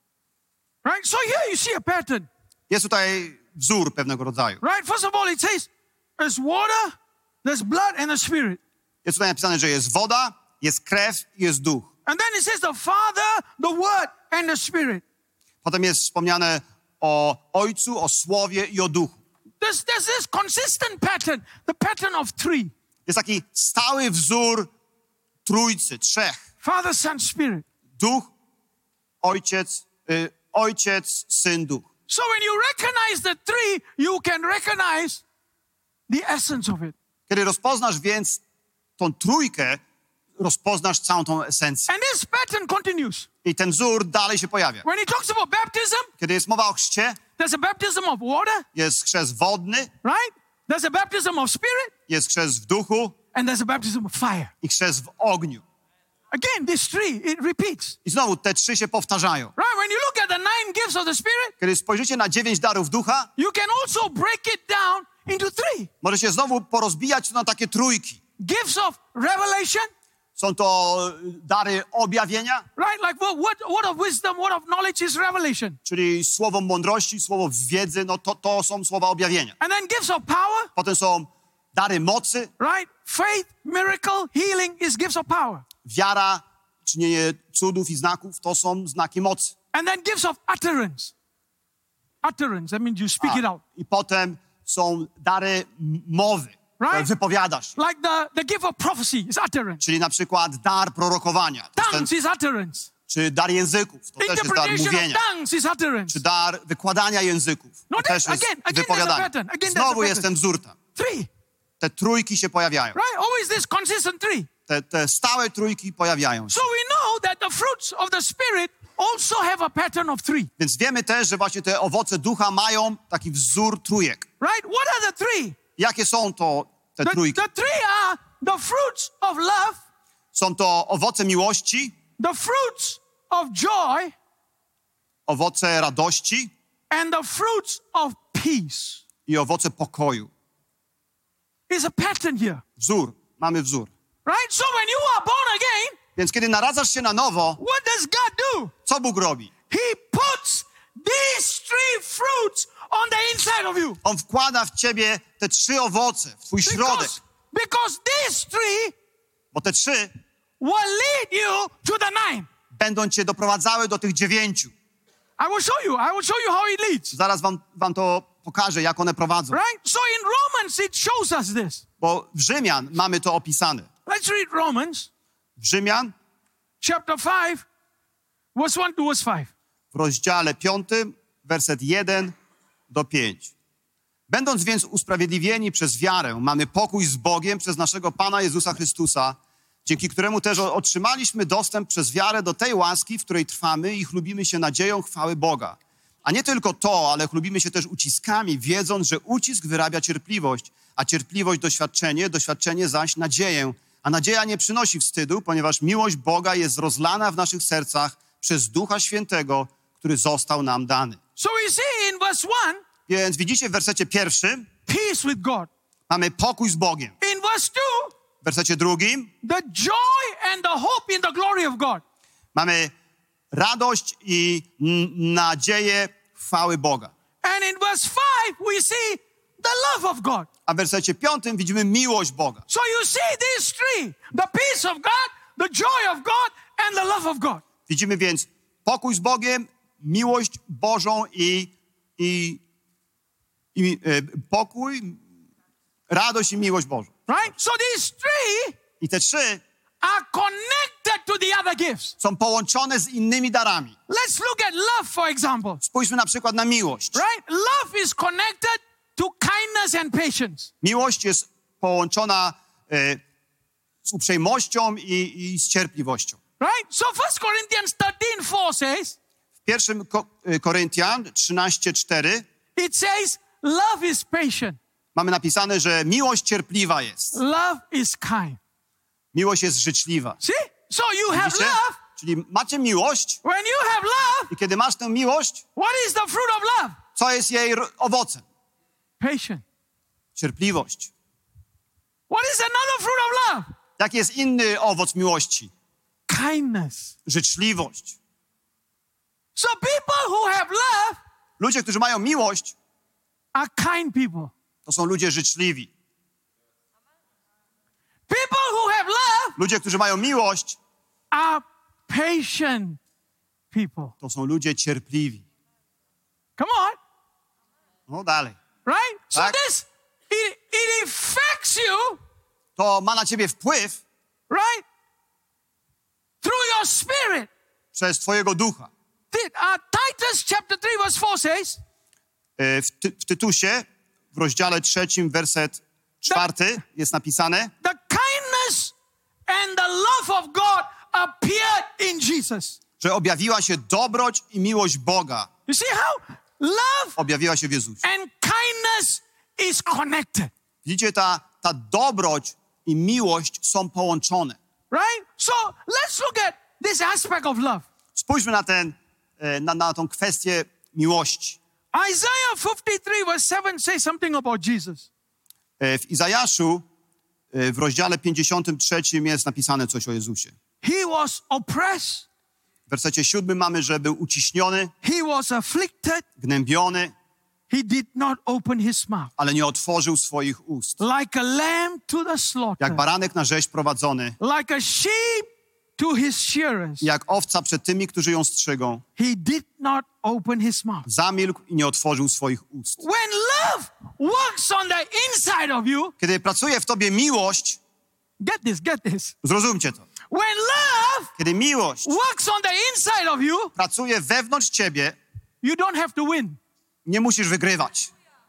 Right? So here you see a pattern. Jest tutaj wzór pewnego rodzaju. Right? First of all, it says there's water, there's blood, and the Spirit. Jest tutaj napisane, że jest woda, jest krew i jest duch. And then it says the Father, the Word, and the Spirit. Potem jest wspomniane o Ojcu, o Słowie i o Duchu. There's, there's this consistent pattern, the pattern of three. Jest taki stały wzór trójcy, trzech. Father, Son, Spirit. Duch, Ojciec, y, Ojciec, Syn, Duch. So when you recognize the three, you can recognize the essence of it. Kiedy rozpoznasz więc tą trójkę, rozpoznasz całą tą esencję. And this pattern continues. I ten wzór dalej się pojawia. When he talks about baptism, Kiedy jest mowa o chrzcie, there's a baptism of water, jest chrzest wodny, right? There's a baptism of Spirit, jest chrzest w duchu and there's a baptism of fire. i chrzest w ogniu. Again, these three, it repeats. I znowu te trzy się powtarzają. Right? When you look at the nine gifts of the Spirit, Kiedy spojrzycie na dziewięć darów ducha, you can also break it down into three. możecie znowu porozbijać to na takie trójki. Gifts of revelation, Są to dary objawienia, right? Like what, what, what of wisdom, what of knowledge is revelation. czyli słowo mądrości, słowo wiedzy, no to, to są słowa objawienia. And then gifts of power, Potem są dary mocy, right? Faith, miracle, healing is gifts of power. wiara, czynienie cudów i znaków, to są znaki mocy. And then gifts of utterance. Utterance, that means you speak it A, out. I potem są dary m- mowy, które Right. wypowiadasz. Like the, the gift of prophecy is utterance. Czyli na przykład dar prorokowania, to jest ten, Tongues is utterance. czy dar języków, to też jest dar Interpretation of mówienia. tongues is utterance. Czy dar wykładania języków, No to też that- jest again, again there's a wypowiadanie. pattern, again there's a Znowu jest pattern. ten wzór tam. Three, Te trójki się pojawiają. right? Always this consistent three. Te, te stałe trójki pojawiają się. So we know that the fruits of the Spirit also have a pattern of three, Więc wiemy też, że właśnie te owoce ducha mają taki wzór trójek. right? What are the three? Jakie są to te The, trójki? the three are the fruits of love, Są to owoce miłości, the fruits of joy, owoce radości and the fruits of peace. i owoce pokoju. There's a pattern here, Wzór. Mamy wzór. right? So when you are born again, Więc kiedy naradzasz się na nowo, what does God do? co Bóg robi? He puts these three fruits on the inside of you. On wkłada w ciebie te trzy owoce, w twój środek. Because, because these three Bo te trzy will lead you to the nine. będą cię doprowadzały do tych dziewięciu. I will show you. I will show you how it leads. Zaraz wam, wam to pokażę, jak one prowadzą. Right? So in Romans, it shows us this. Bo w Rzymian mamy to opisane. Let's read Romans W Rzymian chapter five, verse one to verse five. w rozdziale piątym, werset jeden do pięciu. Będąc więc usprawiedliwieni przez wiarę, mamy pokój z Bogiem przez naszego Pana Jezusa Chrystusa, dzięki któremu też otrzymaliśmy dostęp przez wiarę do tej łaski, w której trwamy i chlubimy się nadzieją chwały Boga. A nie tylko to, ale chlubimy się też uciskami, wiedząc, że ucisk wyrabia cierpliwość, a cierpliwość doświadczenie, doświadczenie zaś nadzieję. A nadzieja nie przynosi wstydu, ponieważ miłość Boga jest rozlana w naszych sercach przez Ducha Świętego, który został nam dany. So we see in verse one, Więc widzicie w wersecie pierwszym peace with God. mamy pokój z Bogiem. In verse two, W wersecie drugim the joy and the hope in the glory of God. mamy radość i n- nadzieję chwały Boga. And in verse five, we see the love of God. A w wersecie piątym widzimy miłość Boga. So you see these three, the peace of God, the joy of God, and the love of God. Widzimy więc pokój z Bogiem, miłość Bożą i, i, i e, pokój, radość i miłość Bożą. Right? So these three I te trzy are connected to the other gifts. są połączone z innymi darami. Let's look at love, for example. Spójrzmy na przykład na miłość. Right? Love is connected to kindness and patience. Miłość jest połączona e, z uprzejmością i, i z cierpliwością. Right? So First Corinthians thirteen four says, W W pierwszym Ko- Koryntian trzynaście cztery it says, love is patient. mamy napisane, że miłość cierpliwa jest. Love is kind. Miłość jest życzliwa. See? So you have Widzicie? love. Czyli macie miłość When you have love, i kiedy masz tę miłość, what is the fruit of love? co jest jej ro- owocem? Patient. Cierpliwość. What is another fruit of love? Jaki jest inny owoc miłości? Kindness. Życzliwość. So people who have love Ludzie, którzy mają miłość, are kind people. to są ludzie życzliwi. People who have love Ludzie, którzy mają miłość, are patient people. to są ludzie cierpliwi. Come on, No dalej. right? So Tak. this, it, it affects you, To ma na ciebie wpływ right? Through your spirit. przez twojego ducha. Ti- Uh, Titus chapter three verse four says, E, W, ty, w Tytusie, w rozdziale trzecim, werset czwarty jest napisane, the kindness and the love of God appeared in Jesus. że objawiła się dobroć i miłość Boga. You see how love Objawiła się w Jezusie. and kindness is connected, Widzicie, ta, ta dobroć i miłość są połączone. right? So let's look at this aspect of love. Spójrzmy na, ten, e, na, na tą kwestię miłości. Isaiah fifty-three verse seven says something about Jesus. E, W Izajaszu, e, w rozdziale pięćdziesiątym trzecim jest napisane coś o Jezusie. He was oppressed, W wersecie siódmym mamy, że był uciśniony, he was afflicted, gnębiony, he did not open his mouth. ale nie otworzył swoich ust. Like a lamb to the slaughter, Jak baranek na rzeź prowadzony, like a sheep to his shearers, jak owca przed tymi, którzy ją strzygą, he did not open his mouth. zamilkł i nie otworzył swoich ust. When love works on the inside of you, Kiedy pracuje w tobie miłość, get this, get this. zrozumcie to, When love kiedy miłość works on the inside of you, pracuje wewnątrz ciebie, you don't have to win. nie musisz wygrywać.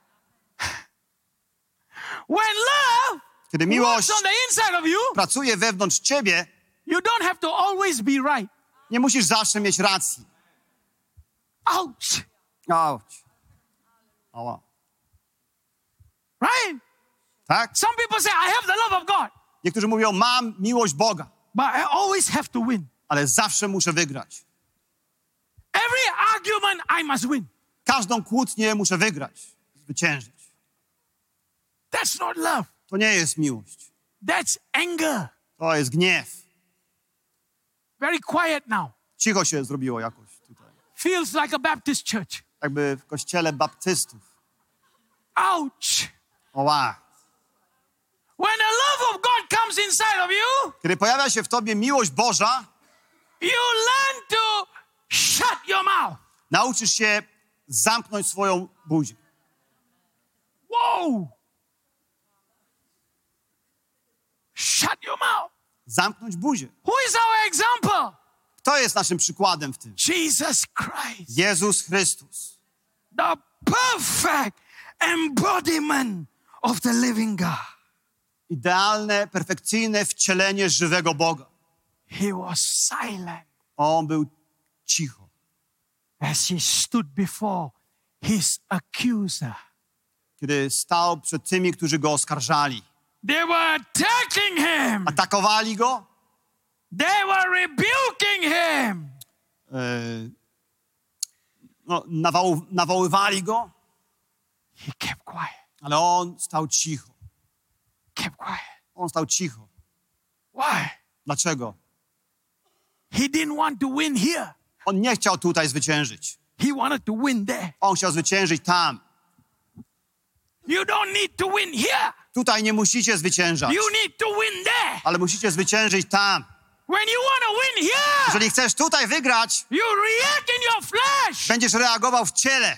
When love Kiedy works miłość on the inside of you, pracuje wewnątrz ciebie, you don't have to always be right. nie musisz zawsze mieć racji. Ouch. Auć. Ała. Right? Tak? Some people say, I have the love of God, Niektórzy mówią, mam miłość Boga, but I always have to win. ale zawsze muszę wygrać. Every argument I must win. Każdą kłótnię muszę wygrać, zwyciężyć. That's not love. To nie jest miłość. That's anger. To jest gniew. Very quiet now. Cicho się zrobiło jakoś tutaj. Feels like a Baptist church. Jakby w kościele baptystów. Ouch. Oła. When the love of God comes inside of you, Kiedy pojawia się w tobie miłość Boża, you learn to shut your mouth. nauczysz się zamknąć swoją buzię. Whoa. Shut your mouth. Zamknąć buzię. Who is our example? Kto jest naszym przykładem w tym? Jesus Christ. Jezus Chrystus. The perfect embodiment of the living God. Idealne, perfekcyjne wcielenie żywego Boga. He was silent On był cicho, as he stood before his accuser. kiedy stał przed tymi, którzy go oskarżali. They were attacking him. Atakowali go, They were rebuking him. e, no, nawoł, nawoływali go, He kept quiet. ale on stał cicho. Kept quiet. On stał cicho. Why? Dlaczego? He didn't want to win here. On nie chciał tutaj zwyciężyć. He wanted to win there. On chciał zwyciężyć tam. You don't need to win here. Tutaj nie musicie zwyciężać, You need to win there. ale musicie zwyciężyć tam. When you want to win here, Jeżeli chcesz tutaj wygrać, you react in your flesh. będziesz reagował w ciele.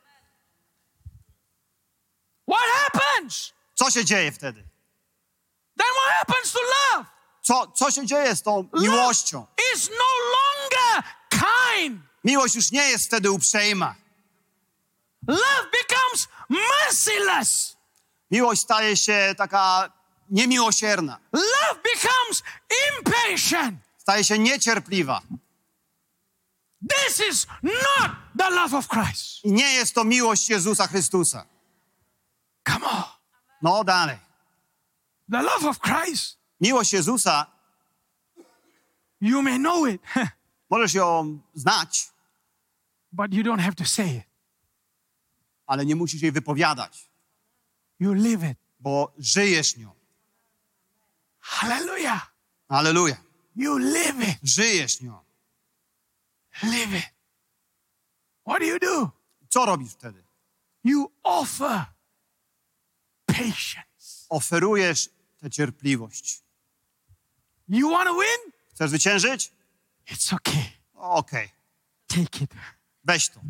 What happens? Co się dzieje wtedy? Then what happens to love? Co, co się dzieje z tą miłością? Is no longer kind. Miłość już nie jest wtedy uprzejma. Love becomes merciless. Miłość staje się taka niemiłosierna. Love becomes impatient. Staje się niecierpliwa. This is not the love of Christ. I nie jest to miłość Jezusa Chrystusa. Come on. No dalej. The love of Christ, Miłość Jezusa, you may know it, możesz ją znać, but you don't have to say it. ale nie musisz jej wypowiadać, You live it. bo żyjesz nią. Hallelujah. Alleluja. You live it. Żyjesz nią. Live it. What do you do? Co robisz wtedy? You offer patience. Oferujesz tę cierpliwość. You want to win? Chcesz zwyciężyć? It's okay. Okej, Take it. weź to.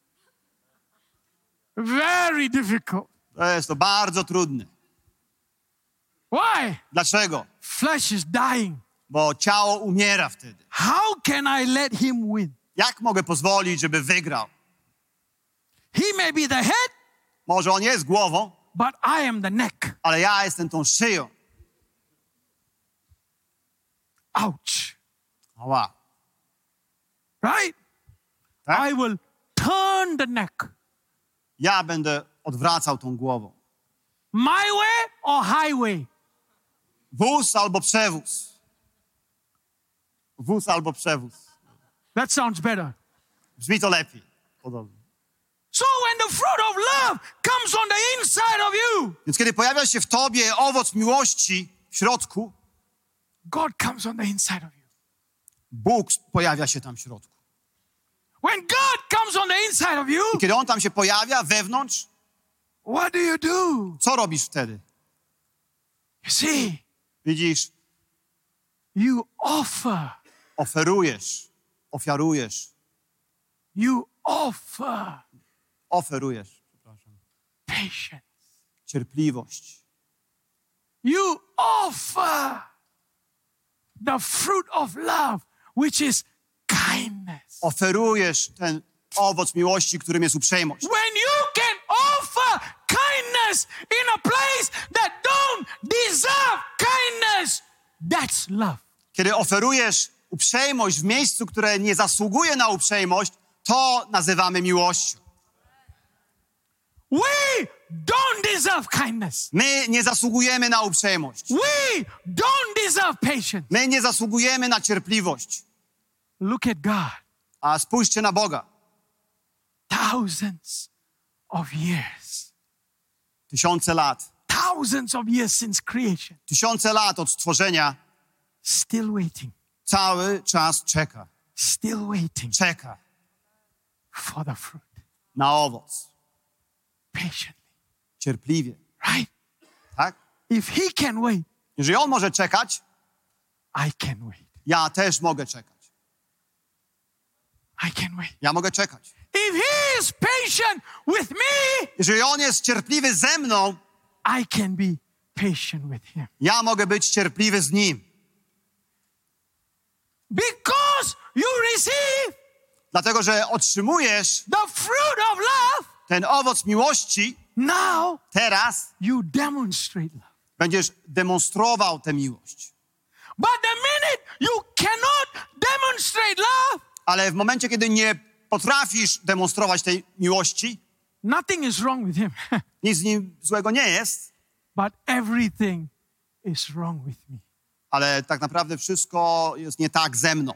Very difficult. To jest to bardzo trudne. Why? Dlaczego? Flesh is dying. Bo ciało umiera wtedy. How can I let him win? Jak mogę pozwolić, żeby wygrał? He may be the head, Może on jest głową, but I am the neck. ale ja jestem tą szyją. Ouch. Ała. Right? Tak? I will turn the neck. Ja będę odwracał tą głową. My way or highway? Wóz albo przewóz. Wóz albo przewóz. That sounds better. Brzmi to lepiej. Podobnie. So when the fruit of love comes on the inside of you, Więc kiedy pojawia się w tobie owoc miłości w środku, God comes on the inside of you. Bóg pojawia się tam w środku. When God comes on the inside of you, I kiedy On tam się pojawia wewnątrz, what do you do? co robisz wtedy? You see, Widzisz, you offer, oferujesz, ofiarujesz, you offer oferujesz, przepraszam, patience. cierpliwość. You offer the fruit of love, which is kindness. Oferujesz ten owoc miłości, którym jest uprzejmość. When you can offer kindness in a place that don't deserve kindness, that's love. Kiedy oferujesz uprzejmość w miejscu, które nie zasługuje na uprzejmość, to nazywamy miłością. We don't deserve kindness. My nie zasługujemy na uprzejmość. We don't deserve patience. My nie zasługujemy na cierpliwość. Look at God. A spójrzcie na Boga. Thousands of years. Tysiące lat. Thousands of years since creation. Tysiące lat od stworzenia Still waiting. cały czas czeka. Still waiting Czeka for the fruit. na owoc. Patiently. Cierpliwie. Right? Tak? If he can wait, Jeżeli On może czekać, I can wait. ja też mogę czekać. I can wait. Ja mogę czekać. If he is patient with me, Jeżeli On jest cierpliwy ze mną, I can be patient with him. ja mogę być cierpliwy z Nim. Because you receive Dlatego, że otrzymujesz the fruit of love, ten owoc miłości, now teraz you demonstrate love. będziesz demonstrował tę miłość. But the minute you cannot demonstrate love, Ale w momencie, kiedy nie potrafisz demonstrować tej miłości, nothing is wrong with him. nic z nim złego nie jest, But everything is wrong with me. ale tak naprawdę wszystko jest nie tak ze mną.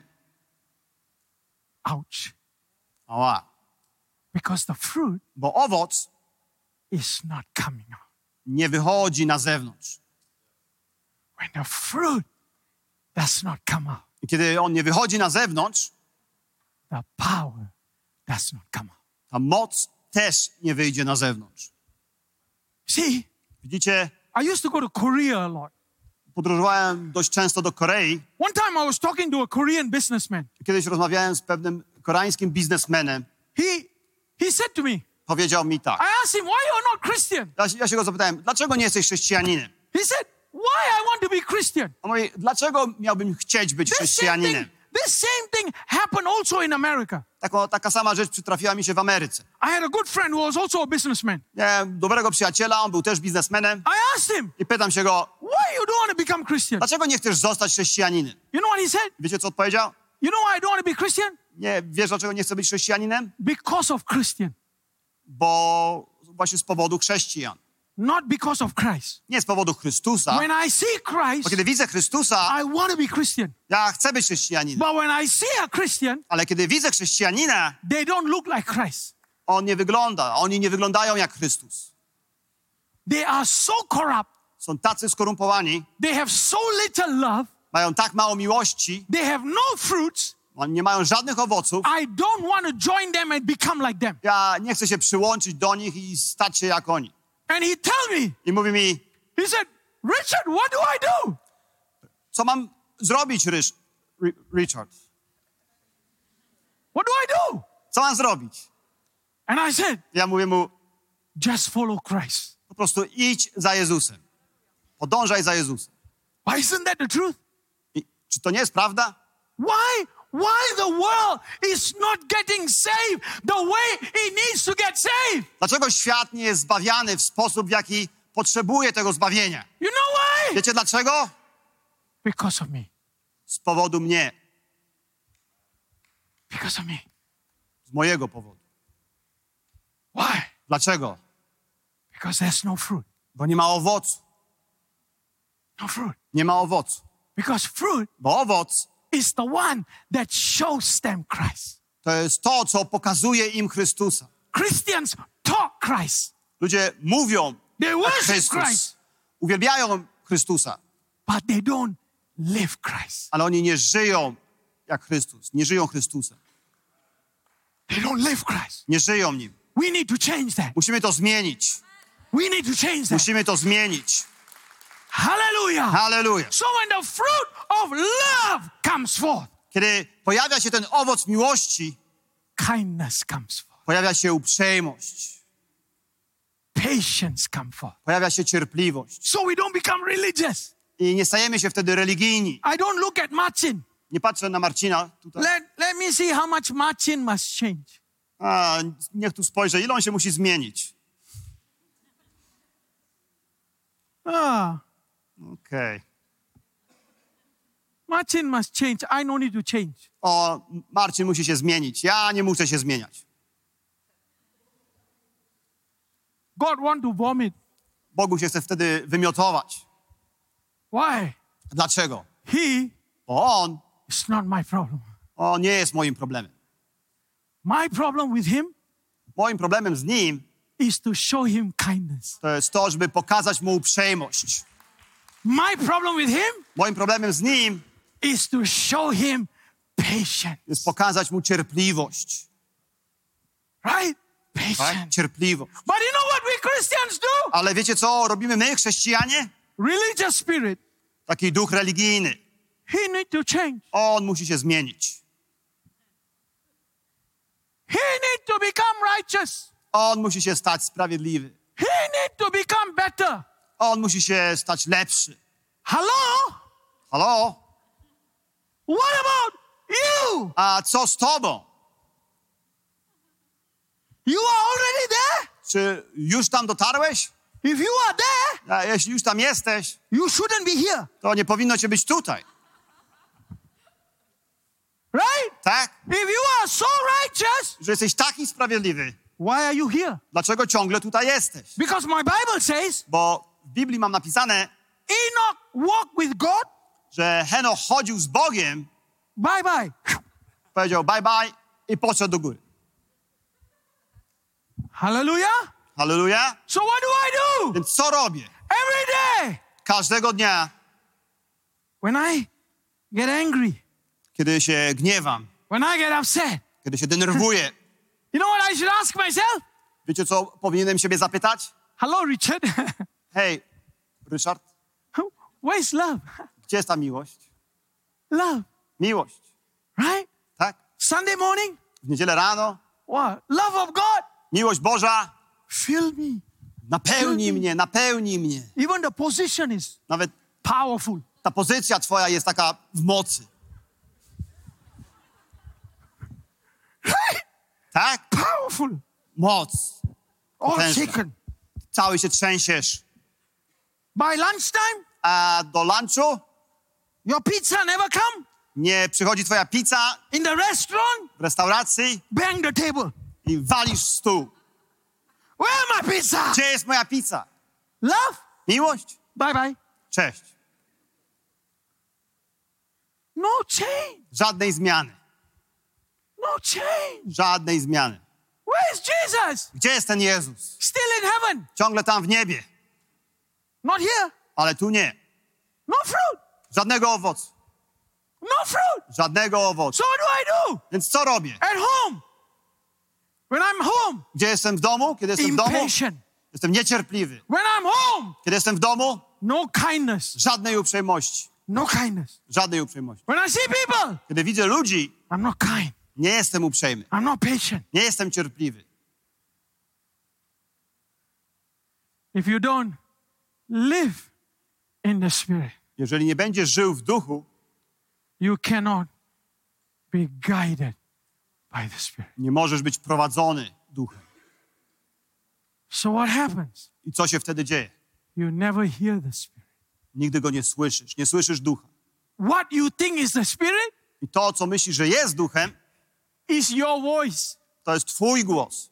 Ouch. Ała. Because the fruit Bo owoc is not coming out. nie wychodzi na zewnątrz. When the fruit does not come out, I kiedy on nie wychodzi na zewnątrz, the power does not come out. ta moc też nie wyjdzie na zewnątrz. See, Widzicie, I used to go to Korea a lot. podróżowałem dość często do Korei. One time I was talking to a Korean businessman. Kiedyś rozmawiałem z pewnym koreańskim biznesmenem. He he said to me, Powiedział mi tak. I asked him, why you're not Christian? Ja, się- ja się go zapytałem, dlaczego nie jesteś chrześcijaninem? He said, why I want to be Christian? On mówi, dlaczego miałbym chcieć być This same chrześcijaninem? thing, this same thing happened also in America. Tako, taka sama rzecz przytrafiła mi się w Ameryce. I had a good friend who was also a businessman. Miałem dobrego przyjaciela, on był też biznesmenem. I asked him, I pytam się go, why you don't want to become Christian? dlaczego nie chcesz zostać chrześcijaninem? You know what he said? Wiecie, co odpowiedział? You know why I don't want to be Christian? Nie, wiesz, dlaczego nie chcę być chrześcijaninem? Because of Christian, Bo właśnie z powodu chrześcijan. not because of Christ. Nie z powodu Chrystusa. When I see Bo Christ, kiedy widzę Chrystusa, I want to be Christian. ja chcę być chrześcijaninem. But when I see a Christian, Ale kiedy widzę chrześcijanina, they don't look like Christ. on nie wygląda. Oni nie wyglądają jak Chrystus. They are so corrupt. Są tacy skorumpowani, They have so little love. mają tak mało miłości, They have no fruits. oni nie mają żadnych owoców. I don't want to join them and become like them. Ja nie chcę się przyłączyć do nich i stać się jak oni. And he tell me, I mówi mi, he said, Richard, what do I do? co mam zrobić, Rysz, Ri- Richard? What do I do? Co mam zrobić? And I said, Ja mówię mu, just follow Christ. po prostu idź za Jezusem. Podążaj za Jezusem. Why isn't that the truth? I, czy to nie jest prawda? Why? Why the world is not getting saved the way it needs to get saved? Dlaczego świat nie jest zbawiany w sposób, w jaki potrzebuje tego zbawienia? You know why? Wiecie dlaczego? Because of me. Z powodu mnie. Because of me. Z mojego powodu. Why? Dlaczego? Because there's no fruit. Bo nie ma owocu. No fruit. Nie ma owocu. Because fruit Bo owoc is the one that shows them Christ. to jest to, co pokazuje im Chrystusa. Christians talk Christ. Ludzie mówią They jak worship Chrystus. Christ. Uwielbiają Chrystusa, But they don't live Christ. ale oni nie żyją jak Chrystus. Nie żyją Chrystusem. They don't live Christ. Nie żyją nim. We need to change that. Musimy to zmienić. We need to change that. Musimy to zmienić. Hallelujah. Halleluja. So when the fruit of love comes forth, Kiedy pojawia się ten owoc miłości, kindness comes forth, pojawia się uprzejmość, patience comes forth. pojawia się cierpliwość. So we don't become religious. I nie stajemy się wtedy religijni. I don't look at Martin. Nie patrzę na Marcina tutaj. Let, let me see how much Martin must change. A, niech tu spojrzę, ile on się musi zmienić. Ah, Okej. Martin must change. I no need to change. O, Marcin musi się zmienić. Ja nie muszę się zmieniać. God want to vomit. Bogu się chce wtedy wymiotować. Why? Dlaczego? He Bo on, is not my problem. on nie jest moim problemem. My problem with him Moim problemem z nim is to show him kindness. to jest to, żeby pokazać mu uprzejmość. My problem with him Moim problemem z nim is to show him patience. jest pokazać mu cierpliwość. Right? Tak? Patience. Cierpliwość. But you know what we Christians do? Ale wiecie co robimy my, chrześcijanie? Religious spirit. Taki duch religijny. He need to change. On musi się zmienić. He need to become righteous. On musi się stać sprawiedliwy. He need to become better. On musi się stać lepszy. Hello? Halo? What about you? A co z tobą? You are already there. Czy już tam dotarłeś? If you are there, A jeśli już tam jesteś, you shouldn't be here. to nie powinno cię być tutaj. Right? Tak? If you are so righteous, Że jesteś taki sprawiedliwy. why are you here? Dlaczego ciągle tutaj jesteś? Because my Bible says Bo w Biblii mam napisane, Enoch walked with God. że Henoch chodził z Bogiem, Bye bye. powiedział bye bye i poszedł do góry. Hallelujah. Halleluja. So what do I do? Więc co robię? Every day. Każdego dnia, When I get angry, kiedy się gniewam, when I get upset, kiedy się denerwuję, you know what I should ask myself? wiecie co powinienem siebie zapytać? Hello, Richard. Hej, Ryszard, Where's love? gdzie jest ta miłość? Love, Miłość, right? tak? Sunday morning, W niedzielę rano, what? Love of God, miłość Boża fill me. napełni mnie, napełni mnie. Even the position is Nawet powerful. ta pozycja twoja jest taka w mocy. Right? Tak? Powerful. Moc. All Potężna. shaken. Cały się trzęsiesz. By lunchtime, A do lunchu your pizza never come. Nie przychodzi twoja pizza in the restaurant, w restauracji bang the table. i walisz stół. Where my pizza? Gdzie jest moja pizza? Love? Miłość? Bye bye. Cześć. No change. Żadnej zmiany. No change. Żadnej zmiany. Where is Jesus? Gdzie jest ten Jezus? Still in heaven. Ciągle tam w niebie, Not here. ale tu nie. No fruit. Żadnego owocu. No fruit. Żadnego owocu. So what do I do? Więc co robię? At home. When I'm home, Gdzie jestem w domu? Kiedy jestem w domu? impatient. Jestem niecierpliwy. When I'm home, Kiedy jestem w domu? no kindness. Żadnej uprzejmości. No kindness. Żadnej uprzejmości. When I see people, Kiedy widzę ludzi, I'm not kind. nie jestem uprzejmy. I'm not patient. Nie jestem cierpliwy. If you don't live in the Spirit, Jeżeli nie będziesz żył w duchu, you cannot be guided by the Spirit. nie możesz być prowadzony duchem. So what happens? I co się wtedy dzieje? You never hear the Spirit. Nigdy go nie słyszysz. Nie słyszysz ducha. What you think is the Spirit I to, co myślisz, że jest duchem, is your voice. to jest twój głos.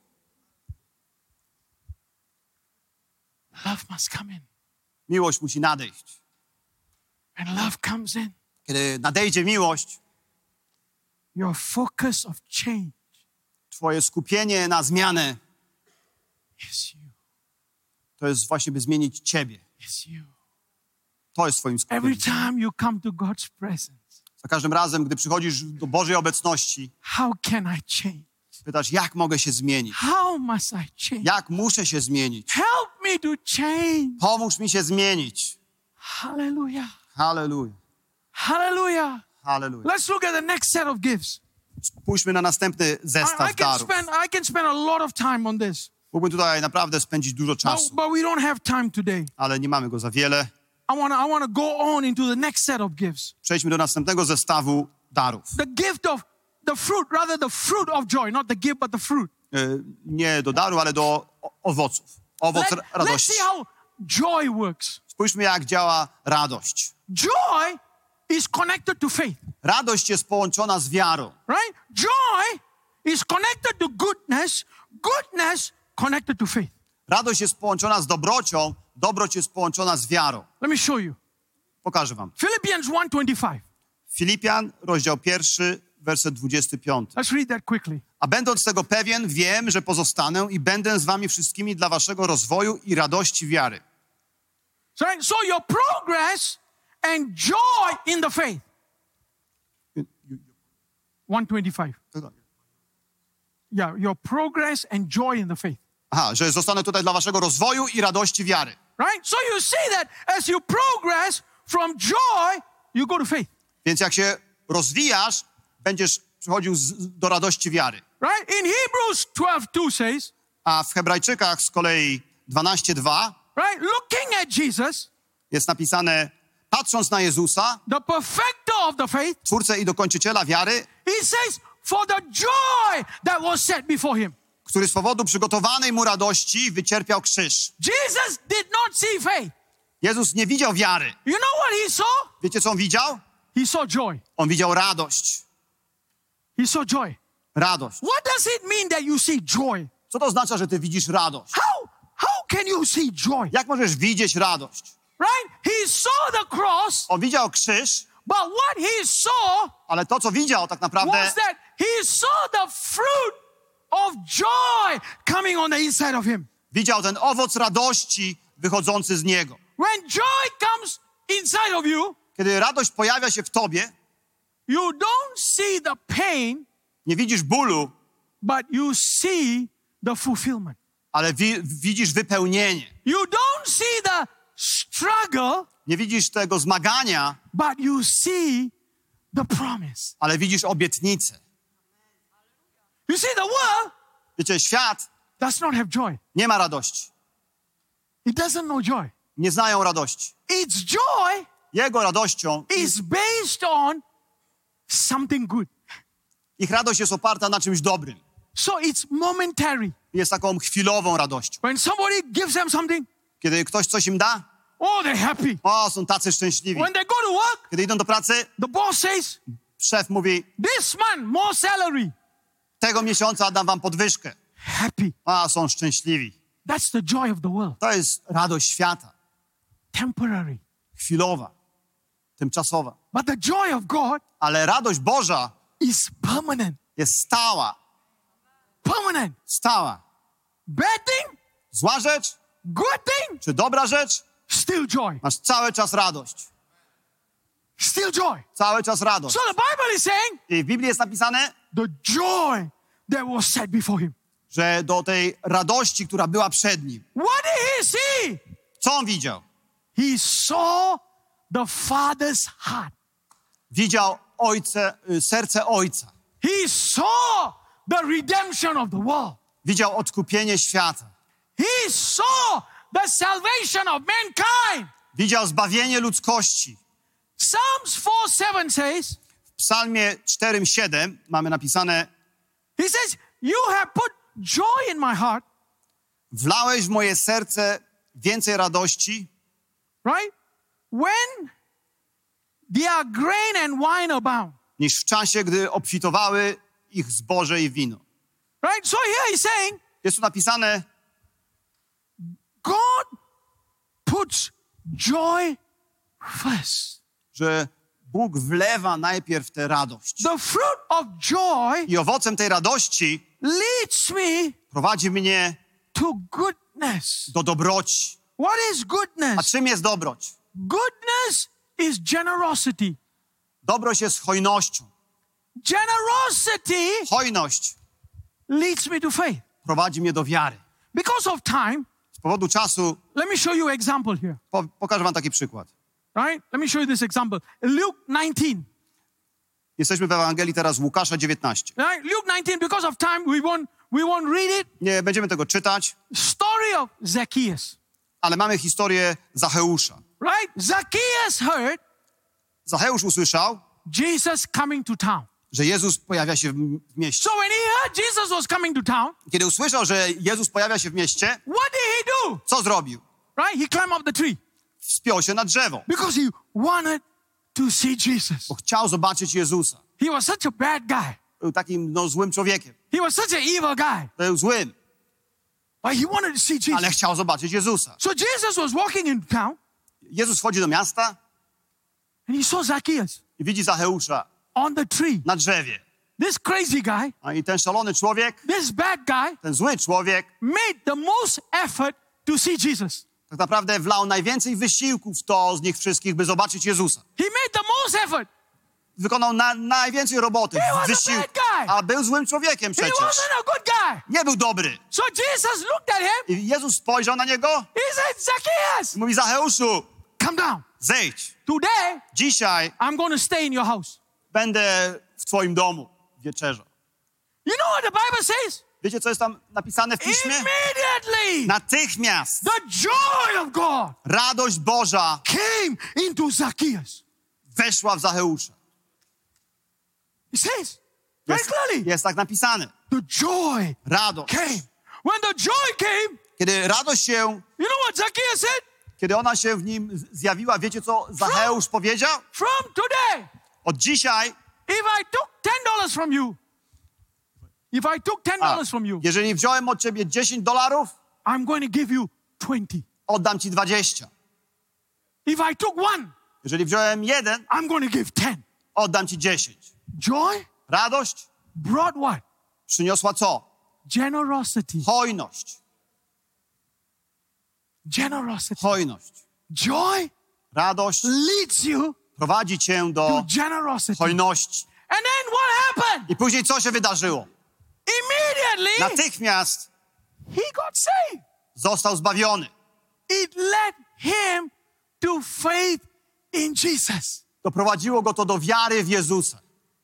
Love must come in. Miłość musi nadejść. When love comes in, Kiedy nadejdzie miłość, your focus of change twoje skupienie na zmianę is you. to jest właśnie, by zmienić ciebie. Is you. To jest twoim Every skupieniem. time you come to God's presence, Za każdym razem, gdy przychodzisz do Bożej obecności, how can I change? pytasz, jak mogę się zmienić? How must I change? Jak muszę się zmienić? Help me to change. Pomóż mi się zmienić. Hallelujah. Halleluja. Hallelujah. Halleluja. Let's look at the next set of gifts. Spójrzmy na następny I, I zestaw can darów. spend I can spend a lot of time on this. Mógłbym tutaj naprawdę spędzić dużo But, czasu, but we don't have time today. ale nie mamy go za wiele. I want to I want to go on into the next set of gifts. Przejdźmy do następnego zestawu darów. The gift of the fruit, rather the fruit of joy, not the gift, but the fruit. E, Nie do daru, ale do o- owoców. Owoc Let, ra- let's radości. see how joy works. Spójrzmy, jak działa radość. Joy is connected to faith, Radość jest połączona z wiarą. right? Joy is connected to goodness, goodness connected to faith. Radość jest połączona z dobrocią, dobroć jest połączona z wiarą. Let me show you. Pokażę wam. Philippians one twenty-five. Filipian, rozdział pierwszy, werset dwudziesty piąty. Let's read that quickly. A będąc tego pewien, wiem, że pozostanę i będę z wami wszystkimi dla waszego rozwoju i radości wiary. So, right? So your progress and joy in the faith. one twenty-five. Yeah, your progress and joy in the faith. Aha, że zostanę tutaj dla waszego rozwoju i radości wiary. Right? So you see that as you progress from joy, you go to faith. Więc jak się rozwijasz, będziesz przychodził z, do radości wiary. Right? In Hebrews twelve two says, A w Hebrajczykach z kolei dwanaście dwa right? Looking at Jesus, jest napisane, patrząc na Jezusa, the perfecter of the faith, twórcę i dokończyciela wiary, he says, for the joy that was set before him. który z powodu przygotowanej mu radości wycierpiał krzyż. Jesus did not see faith. Jezus nie widział wiary. You know what he saw? Wiecie, co on widział? He saw joy. On widział radość. He saw joy. Radość. What does it mean that you see joy? Co to oznacza, że ty widzisz radość? How? How can you see joy? Jak możesz widzieć radość? Right? He saw the cross, On widział krzyż, but what he saw ale to, co widział tak naprawdę, was that he saw the fruit of joy coming on the inside of him. widział ten owoc radości wychodzący z niego. When joy comes inside of you, Kiedy radość pojawia się w tobie, you don't see the pain, nie widzisz bólu, but you see the fulfillment. ale wi- widzisz wypełnienie. You don't see the struggle, Nie widzisz tego zmagania, but you see the promise. ale widzisz obietnicę. You see, the world Wiecie, świat does not have joy. nie ma radości. It doesn't know joy. Nie znają radości. Its joy Jego radością, is based on something good. ich radość jest oparta na czymś dobrym. So it's momentary. Jest taką chwilową radością. When somebody gives them something, Kiedy ktoś coś im da, oh, they're happy. o, są tacy szczęśliwi. When they go to work, Kiedy idą do pracy, the boss says, szef mówi, this month, more salary. tego miesiąca dam wam podwyżkę. Happy. A, są szczęśliwi. That's the joy of the world. To jest radość świata. Temporary. Chwilowa, tymczasowa. But the joy of God Ale radość Boża is permanent. jest stała. Permanent. Stała. Bad thing, Zła rzecz, good thing, czy dobra rzecz, still joy. masz cały czas radość. Still joy. Cały czas radość. So the Bible is saying I w Biblii jest napisane, the joy that was set before him. że do tej radości, która była przed nim, What did he see? co on widział? He saw the Father's heart. Widział ojce, y, serce Ojca. He saw the redemption of the world. Widział odkupienie świata. He saw the salvation of mankind. Widział zbawienie ludzkości. Psalms four seven says, W Psalmie cztery siedem mamy napisane, he says, you have put joy in my heart, wlałeś w moje serce więcej radości, right? When their grain and wine abound. niż w czasie, gdy obfitowały ich zboże i wino. Right? So here he's saying, Jest tu napisane, God puts joy first. że Bóg wlewa najpierw tę radość. The fruit of joy I owocem tej radości leads me prowadzi mnie to goodness. do dobroci. What is A goodness? czym jest dobroć? Goodness is generosity. Dobroć jest hojnością. Generosity Hojność leads me to faith. prowadzi mnie do wiary. Because of time, Z powodu czasu let me show you an example here. po, pokażę wam taki przykład. Right? Let me show you this example. Luke nineteen. Jesteśmy w Ewangelii teraz Łukasza dziewiętnaście. Right? Luke nineteen, because of time, we won't, we won't read it. Nie będziemy tego czytać, Story of Zacchaeus. ale mamy historię Zacheusza. Right? Zacchaeus heard Zacheusz usłyszał, Jesus coming to town. że Jezus pojawia się w w mieście. So when he heard Jesus was coming to town, Kiedy usłyszał, że Jezus pojawia się w mieście, what did he do? co zrobił? Right? He climbed up the tree Wspiął się na drzewo, because he wanted to see Jesus. bo chciał zobaczyć Jezusa. He was such a bad guy. Był takim no, złym człowiekiem. He was such an evil guy. Był złym, But he wanted to see Jesus. ale chciał zobaczyć Jezusa. So Jesus was walking in town Jezus wchodzi do miasta and he saw Zacchaeus i widzi Zacheusza on the tree. na drzewie. This crazy guy, A i ten szalony człowiek, this bad guy, ten zły człowiek, made the most effort to see Jesus. tak naprawdę wlał najwięcej wysiłków w to z nich wszystkich, by zobaczyć Jezusa. He made the most effort. Wykonał na, najwięcej roboty, He was a wysiłku, bad guy. a był złym człowiekiem He przecież. wasn't a good guy. Nie był dobry. So Jesus looked at him. I Jezus spojrzał na niego He said, Zacchaeus, i mówi, Zacheuszu, come down. zejdź. Today, Dzisiaj I'm going to stay in your house. będę w twoim domu wieczerzał. You know what the Bible says? Wiecie, co jest tam napisane w piśmie? Immediately, Natychmiast the joy of God radość Boża came into Zacchaeus. weszła w Zacheusza. It says very Jest, clearly, jest tak napisane. the joy Radość. came. When the joy came, Kiedy radość się, you know what Zacchaeus said? kiedy ona się w nim z- zjawiła, wiecie, co Zacheusz powiedział? From today, Od dzisiaj, if I took ten dollars from you, if I took ten a, dollars from you, jeżeli wziąłem od ciebie dziesięć dolarów, I'm going to give you twenty. oddam ci dwadzieścia. If I took one, Jeżeli wziąłem jeden, I'm going to give ten. oddam ci dziesięć. Joy Radość brought what? przyniosła co? Generosity. Hojność. Generosity. Hojność. Joy Radość leads you prowadzi cię to do generosity. hojności. And then what happened? I później co się wydarzyło? Immediately, Natychmiast he got saved. został zbawiony. It led him to faith in Jesus. Doprowadziło go to do wiary w Jezusa.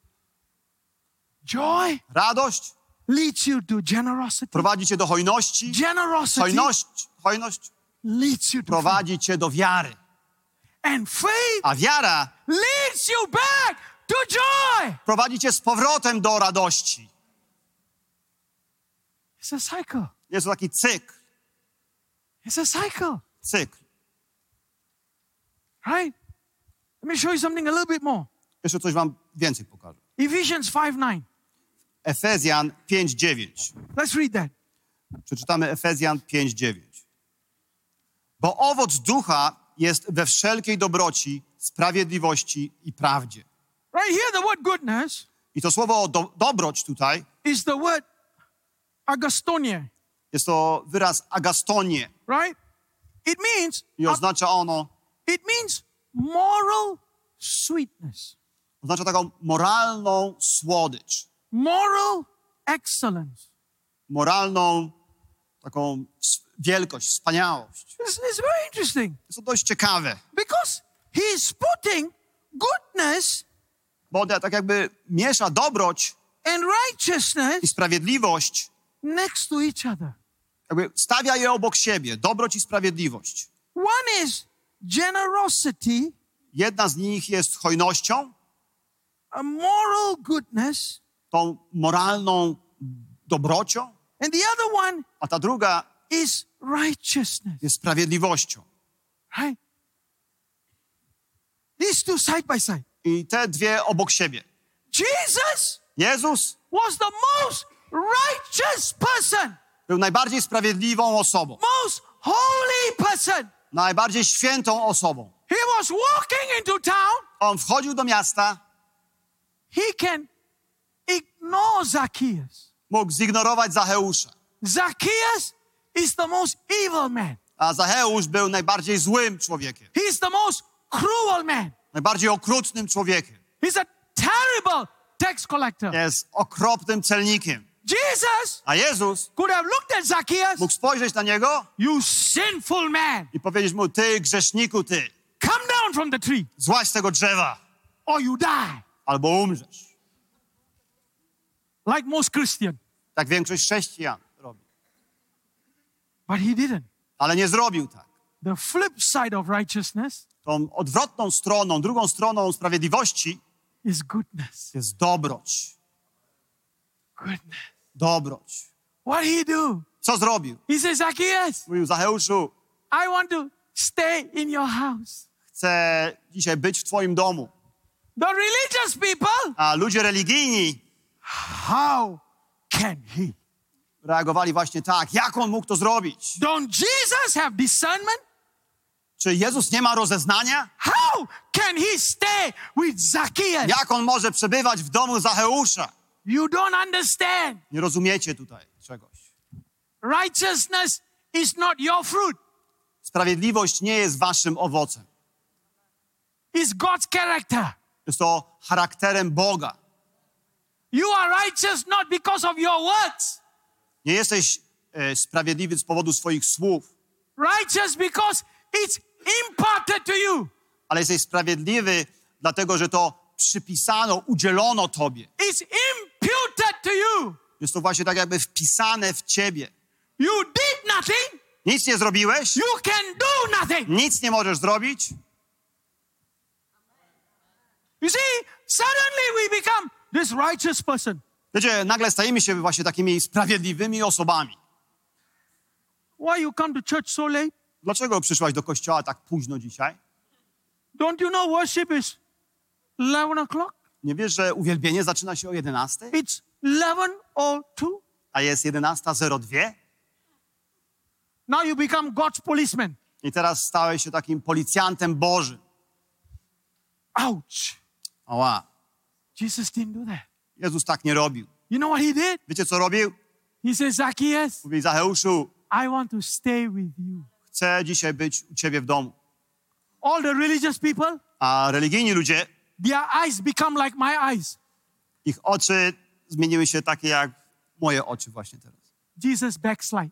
Joy Radość leads you to generosity. prowadzi cię do hojności. Generosity Hojność, hojność leads you to faith. prowadzi cię do wiary. And faith A wiara leads you back to joy. prowadzi cię z powrotem do radości. It's a cycle. Jest to taki cykl. It's a cycle. Cykl. Right? Let me show you something a little bit more. Jeszcze coś wam więcej pokażę. Ephesians five nine. Efezjan pięć dziewięć. Let's read that. Przeczytamy Efezjan pięć dziewięć. Bo owoc ducha jest we wszelkiej dobroci, sprawiedliwości i prawdzie. Right here, the word goodness I to słowo do, dobroć tutaj is the word agastonia, jest to wyraz agastonie right? It means i oznacza ono, it means moral sweetness, oznacza taką moralną słodycz, moral excellence. moralną taką s- wielkość, wspaniałość. It's, it's very interesting Jest to dość ciekawe, because he's putting goodness bo on tak jakby miesza dobroć and righteousness i sprawiedliwość, next to each other. jakby stawia je obok siebie, dobroć i sprawiedliwość. One is generosity, Jedna z nich jest hojnością, a moral goodness, tą moralną dobrocią, and the other one a ta druga is righteousness, jest sprawiedliwością. right? These two side by side. I te dwie obok siebie. Jesus Jezus was the most righteous person, był najbardziej sprawiedliwą osobą, most holy person. najbardziej świętą osobą. He was walking into town. On wchodził do miasta, He can ignore Zacchaeus. mógł zignorować Zacheusza, Zacchaeus is the most evil man. a Zacheusz był najbardziej złym człowiekiem, He's the most cruel man. najbardziej okrutnym człowiekiem. He's a terrible tax collector. Jest okropnym celnikiem. Jesus A Jezus could have looked at Zacchaeus. mógł spojrzeć na niego You sinful man. i powiedzieć mu, ty grzeszniku, ty, Come down from the tree złaź z tego drzewa, or you die. albo umrzesz. Like most Christian. Tak większość chrześcijan robi. But he didn't. Ale nie zrobił tak. The flip side of righteousness Tą odwrotną stroną, drugą stroną sprawiedliwości is goodness. jest dobroć. Goodness. Dobroć. What did he do? Co zrobił? He says, Zacchaeus, Mówił, Zacheuszu, I want to stay in your house. chcę dzisiaj być w twoim domu. The religious people, A ludzie religijni how can he? reagowali właśnie tak. Jak on mógł to zrobić? Don't Jesus have discernment? Czy Jezus nie ma rozeznania? How can he stay with Zacchaeus? Jak on może przebywać w domu Zacheusza? You don't understand. Nie rozumiecie tutaj czegoś. Righteousness is not your fruit. Sprawiedliwość nie jest waszym owocem. It's God's character. Jest to charakterem Boga. You are righteous not because of your words. Nie jesteś e, sprawiedliwy z powodu swoich słów, Righteous because it's imparted to you. ale jesteś sprawiedliwy dlatego, że to przypisano, udzielono tobie. It's imputed to you. Jest to właśnie tak jakby wpisane w ciebie. You did nothing. Nic nie zrobiłeś, You can do nothing. nic nie możesz zrobić. You see, suddenly we become this righteous person. Wiecie, nagle stajemy się właśnie takimi sprawiedliwymi osobami. Why you come to church so late? Dlaczego przyszłaś do kościoła tak późno dzisiaj? Don't you know worship is eleven o'clock? Nie wiesz, że uwielbienie zaczyna się o jedenastej, It's eleven or two. a jest jedenasta zero dwa? Now you become God's policeman. I teraz stałeś się takim policjantem Bożym. Ouch. Ała, Jesus didn't do that. Jezus tak nie robił. You know what he did? Wiecie, co robił? He says, Zacchaeus, Mówi, Zacheuszu, I want to stay with you. chcę dzisiaj być u ciebie w domu. All the religious people, A religijni ludzie, their eyes become like my eyes. ich oczy zmieniły się takie jak moje oczy właśnie teraz. Jesus backslide.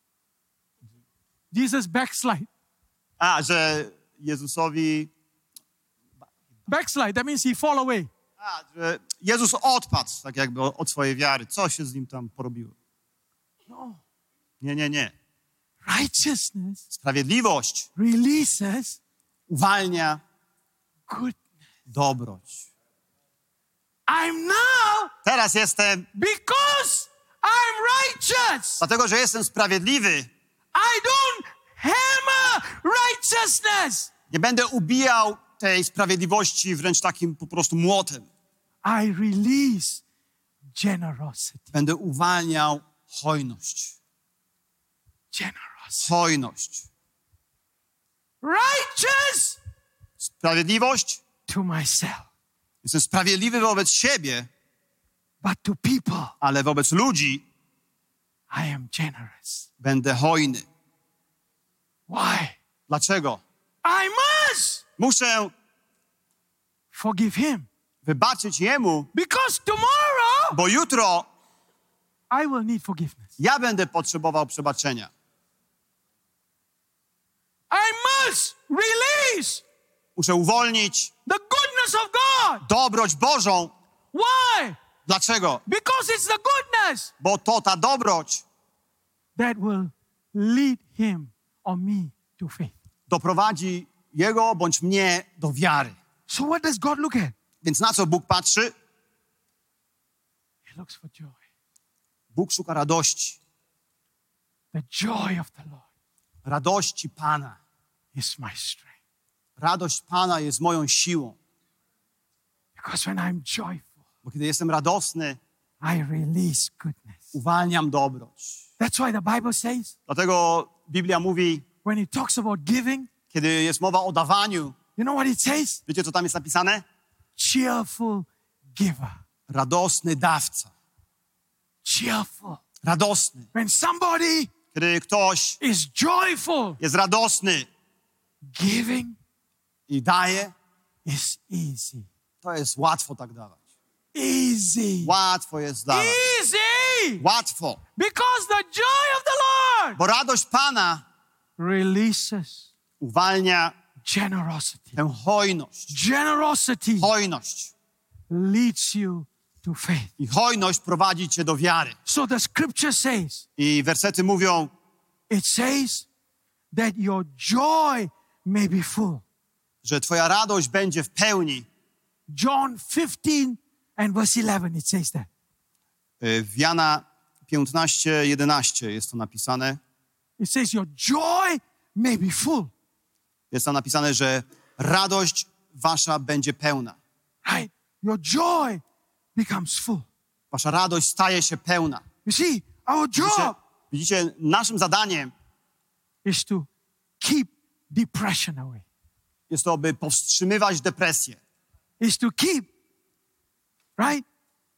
Jesus backslide. A, że Jezusowi... Backslide, that means he fall away. A, że Jezus odpadł tak jakby od swojej wiary. Co się z nim tam porobiło? No. Nie, nie, nie. Righteousness Sprawiedliwość releases uwalnia goodness. dobroć. I'm now Teraz jestem, because I'm righteous. dlatego że jestem sprawiedliwy, I don't hammer righteousness. nie będę ubijał tej sprawiedliwości wręcz takim po prostu młotem. I release generosity. Będę uwalniał hojność. Generosity. Hojność. Righteous Sprawiedliwość. to myself, Jestem sprawiedliwy wobec siebie, but to people, ale wobec ludzi I am generous. będę hojny. Why? Dlaczego? I must Muszę forgive him. wybaczyć jemu, Because tomorrow bo jutro I will need forgiveness. ja będę potrzebował przebaczenia. I must release Muszę uwolnić the goodness of God. dobroć Bożą. Why? Dlaczego? Because it's the goodness Bo to ta dobroć that will lead him or me to faith. doprowadzi jego bądź mnie do wiary. So what does God look at? Więc na co Bóg patrzy? He looks for joy. Bóg szuka radości. The joy of the Lord Radości Pana. is my strength. Radość Pana jest moją siłą. Because when I'm joyful, Bo kiedy jestem radosny, I release goodness. uwalniam dobroć. That's why the Bible says, Dlatego Biblia mówi, when it talks about giving, kiedy jest mowa o dawaniu, you know what it says? wiecie, co tam jest napisane? Cheerful giver. Radosny dawca. Cheerful. Radosny. When somebody Kiedy ktoś is joyful, jest radosny giving i daje, is easy. to jest łatwo tak dawać. Easy. Łatwo jest dawać. Easy. Łatwo. Because the joy of the Lord Bo radość Pana releases uwalnia generosity. tę hojność. Generosity Hojność. leads you to faith. I hojność prowadzi cię do wiary. So the scripture says, I wersety mówią, it says that your joy may be full. że twoja radość będzie w pełni. John fifteen and verse eleven, it says that. W Jana piętnaście, jedenaście jest to napisane. It says your joy may be full. Jest tam napisane, że radość wasza będzie pełna. Right? Your joy becomes full. Wasza radość staje się pełna. You see, our Widzicie, job widzicie naszym zadaniem is to keep depression away. jest to, by powstrzymywać depresję. Is to keep, right?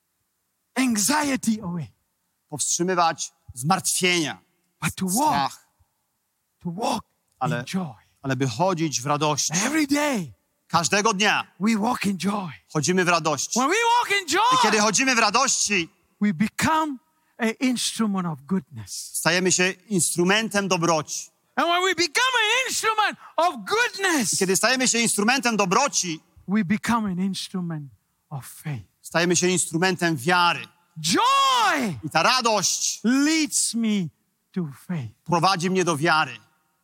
Anxiety away. Powstrzymywać zmartwienia, But to walk, strach. to walk Ale, in joy. ale by chodzić w radości. Every day Każdego dnia we walk in joy. chodzimy w radości. When we walk in I kiedy joy, chodzimy w radości, we become an instrument of goodness. stajemy się instrumentem dobroci. And when we become an instrument of goodness, Kiedy stajemy się instrumentem dobroci, we become an instrument of faith. stajemy się instrumentem wiary. Joy I ta radość leads me to faith. prowadzi mnie do wiary.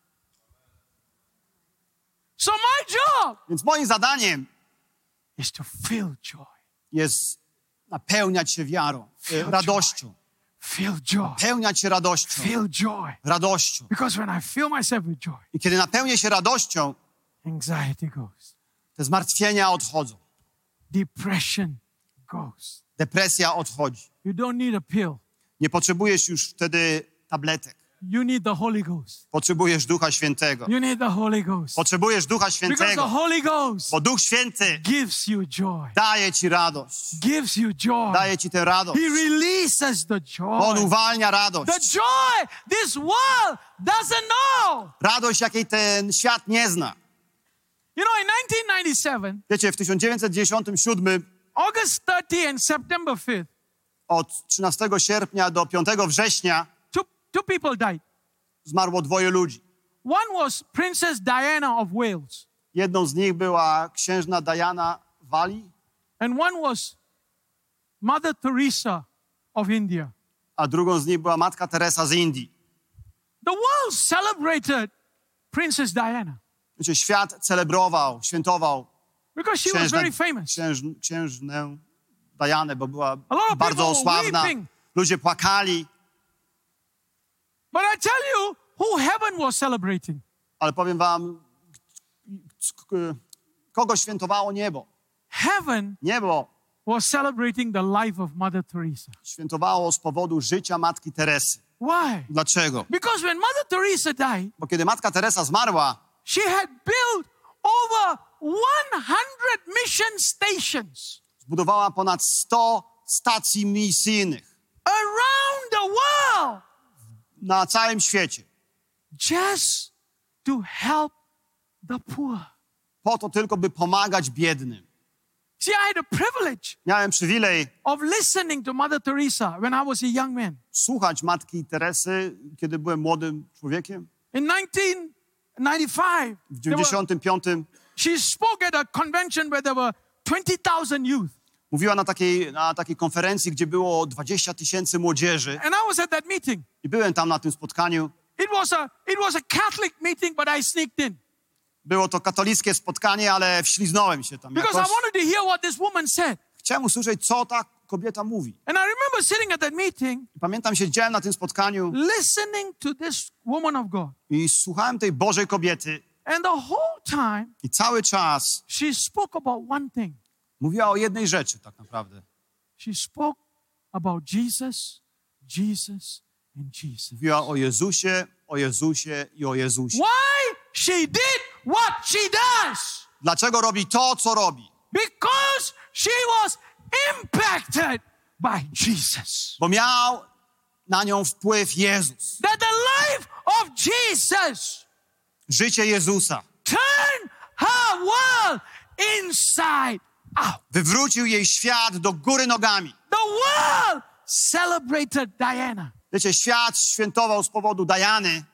So my job Więc moim zadaniem is to feel joy. jest napełniać się wiarą, e, Feel radością. Feel joy. Napełniać się radością, Feel joy. radością. Because when I fill myself with joy, I kiedy napełnię się radością, anxiety goes. te zmartwienia odchodzą. Depression goes. Depresja odchodzi. You don't need a pill. Nie potrzebujesz już wtedy tabletek. You need the Holy Ghost. Potrzebujesz Ducha Świętego. You need the Holy Ghost. Potrzebujesz Ducha Because the Świętego, Holy Ghost bo Duch Święty gives you joy. daje ci radość. Gives you joy. Daje ci tę radość. He releases the Bo On joy. uwalnia The radość. joy this world doesn't know. Radość, jakiej ten świat nie zna. You know, in nineteen ninety-seven, Wiecie, w tysiąc dziewięćset dziewięćdziesiątym siódmym August thirtieth and September fifth, od trzynastego sierpnia do piątego września two, two people died. zmarło dwoje ludzi. One was Princess Diana of Wales, Jedną z nich była księżna Diana Walii, and one was Mother Teresa of India. a drugą z nich była Matka Teresa z Indii. The world celebrated Princess Diana Wiecie, świat celebrował, świętował because she was księżnę, very famous. księż, księżnę Dianę, bo była A lot of bardzo people were sławna. weeping. Ludzie płakali, But I tell you who heaven was celebrating. ale powiem wam, Kogo świętowało niebo? Heaven Niebo was celebrating the life of Mother Teresa. świętowało z powodu życia Matki Teresy. Why? Dlaczego? Because when Mother Teresa died, Bo kiedy Matka Teresa zmarła, she had built over one hundred mission stations zbudowała ponad sto stacji misyjnych around the world na całym świecie. just to help the poor. Po to tylko, by pomagać biednym. See, I had a privilege Miałem przywilej of listening to Mother Teresa when I was a young man. słuchać Matki Teresy, kiedy byłem młodym człowiekiem. In nineteen ninety-five, W there were- dziewięćdziesiątym piątym she spoke at a convention where there were twenty thousand youth. mówiła na takiej, na takiej konferencji, gdzie było dwadzieścia tysięcy młodzieży. And I was at that meeting. I byłem tam na tym spotkaniu. It was a, it was a Catholic meeting, but I sneaked in Było to katolickie spotkanie, ale wśliznąłem się tam because I jakoś. wanted to hear what this woman said. Chciałem usłyszeć, co ta kobieta mówi. And I remember sitting at that meeting, I pamiętam, siedziałem na tym spotkaniu listening to this woman of God. i słuchałem tej Bożej kobiety And the whole time, i cały czas she spoke about one thing. mówiła o jednej rzeczy tak naprawdę. She spoke about Jesus, Jesus, and Jesus. Mówiła o Jezusie, o Jezusie i o Jezusie. Why she did what she does? Dlaczego robi to, co robi? Because she was impacted by Jesus. Bo miał na nią wpływ Jezus. That the life of Jesus Życie Jezusa turned her world inside out. wywrócił jej świat do góry nogami. The world celebrated Diana, Wiecie, świat świętował z powodu Diany,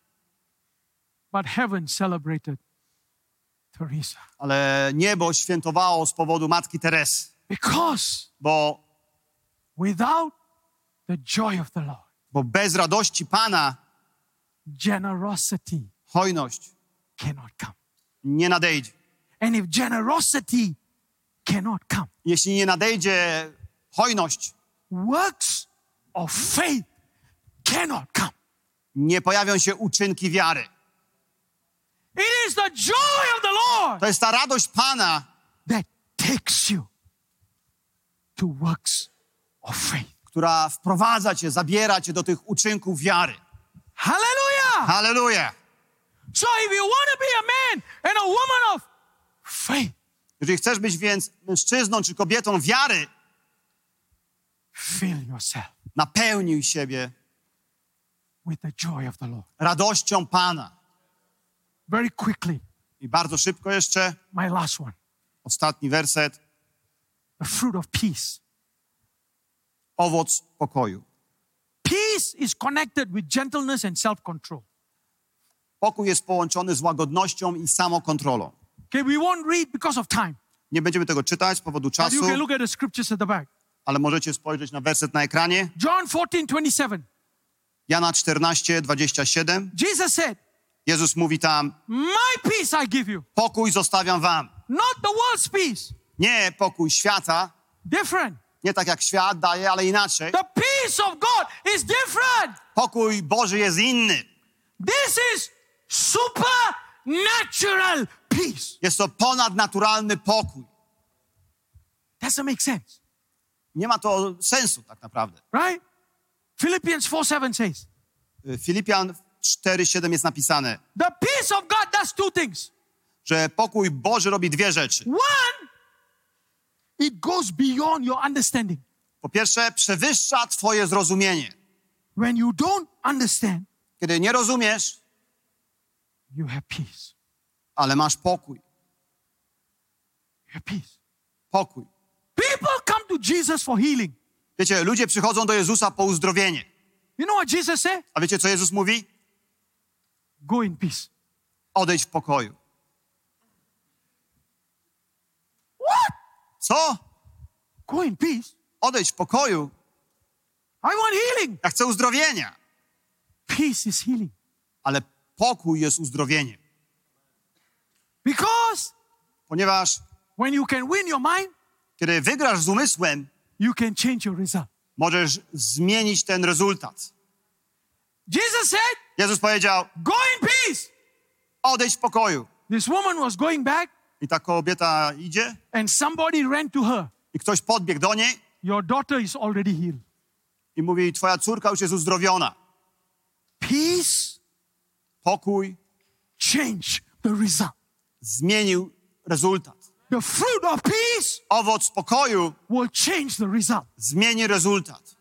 but heaven celebrated Teresa. ale niebo świętowało z powodu Matki Teresy. Because Bo, without the joy of the Lord, bo bez radości Pana generosity hojność cannot come. nie nadejdzie. And if generosity cannot come, Jeśli nie nadejdzie hojność, works of faith cannot come. nie pojawią się uczynki wiary. It is the joy of the Lord To jest ta radość Pana, that takes you to works of faith. która wprowadza cię, zabiera cię do tych uczynków wiary. Hallelujah! Halleluja! So if you want to be a man and a woman of faith, Jeżeli chcesz być więc mężczyzną czy kobietą wiary, fill yourself napełnij siebie with the joy of the Lord. radością Pana. Very quickly, I bardzo szybko jeszcze, my last one. ostatni werset. The fruit of peace. Owoc pokoju. Peace is connected with gentleness and self-control. Pokój jest połączony z łagodnością i samokontrolą. Okay, we won't read because of time. Nie będziemy tego czytać z powodu But you czasu, can look at the scriptures at the back. ale możecie spojrzeć na werset na ekranie. John fourteen twenty-seven. Jana czternaście, dwadzieścia siedem. Jesus said, Jezus mówi tam, my peace I give you, pokój zostawiam wam. not the world's peace. Nie pokój świata, Different. nie tak jak świat daje, ale inaczej. The peace of God is different. Pokój Boży jest inny. This is supernatural peace. Jest to ponadnaturalny pokój. Doesn't make sense, Nie ma to sensu tak naprawdę. right? Philippians four seven says, Filipian cztery siedem jest napisane, the peace of God does two things. że pokój Boży robi dwie rzeczy. One, it goes beyond your understanding. Po pierwsze, przewyższa twoje zrozumienie. When you don't understand, Kiedy nie rozumiesz, you have peace. ale masz pokój. You have peace. Pokój. People come to Jesus for healing. Wiecie, ludzie przychodzą do Jezusa po uzdrowienie. You know what Jesus said? A wiecie, co Jezus mówi? Go in peace. Odejdź w pokoju. What? Co? Go in peace? Odejdź w pokoju? I want healing. Ja chcę uzdrowienia. Peace is healing. Ale pokój jest uzdrowieniem. Because Ponieważ when you can win your mind, kiedy wygrasz z umysłem, you can change your result. możesz zmienić ten rezultat. Jesus said, Jezus powiedział, go in peace. odejdź w pokoju. This woman was going back. I ta kobieta idzie and somebody ran to her. i ktoś podbiegł do niej Your daughter is already healed. i mówi, twoja córka już jest uzdrowiona. Peace Pokój change the result. zmienił rezultat. The fruit of peace Owoc pokoju will change the result. zmieni rezultat.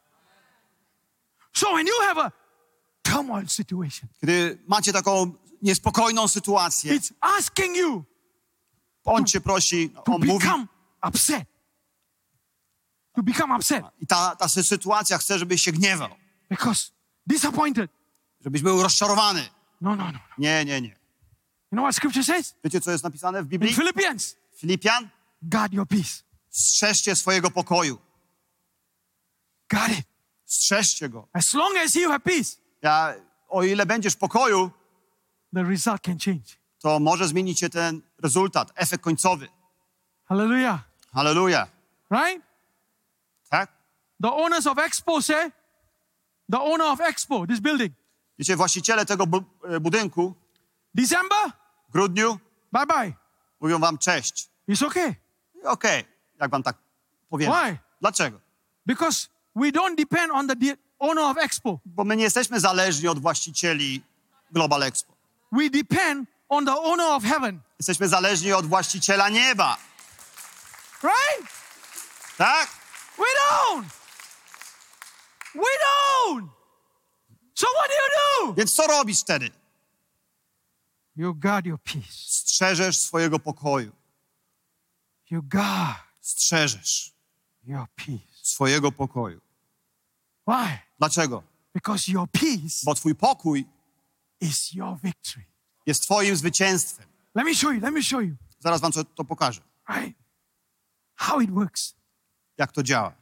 So when you have a turmoil situation, Kiedy macie taką niespokojną sytuację, it's asking you on cię prosi, to on mówi become upset. To become upset i ta, ta sytuacja chce, żebyś się gniewał, because disappointed. żebyś był rozczarowany. No, no, no. Nie, nie, nie. You know what scripture says? Wiecie, co jest napisane w In Biblii? Philippians, Filipian, guard your peace. strzeżcie swojego pokoju. Guard it. Strzeżcie go. As long as you have peace, Ja, o ile będziesz w pokoju, the result can change. to może zmienić się ten rezultat, efekt końcowy. Hallelujah. Halleluja. Right? Tak? The owners of Expo say, the owner of Expo, this building, Wiecie, właściciele tego bu- e, budynku December, w grudniu bye bye. mówią wam cześć. It's okay. I Okej, jak wam tak powiem. Why? Dlaczego? Because we don't depend on the de- owner of Expo. Bo my nie jesteśmy zależni od właścicieli Global Expo. We depend on the owner of heaven. Jesteśmy zależni od właściciela nieba. Right? Tak? We don't. We don't. So what do you do? Więc co robisz wtedy? You guard your peace. Strzeżesz swojego pokoju. You guard Strzeżesz your peace. swojego pokoju. Why? Dlaczego? Because your peace Bo twój pokój is your victory. jest twoim zwycięstwem. Let me show you. Let me show you. Zaraz wam co- to pokażę, Right? How it works. jak to działa.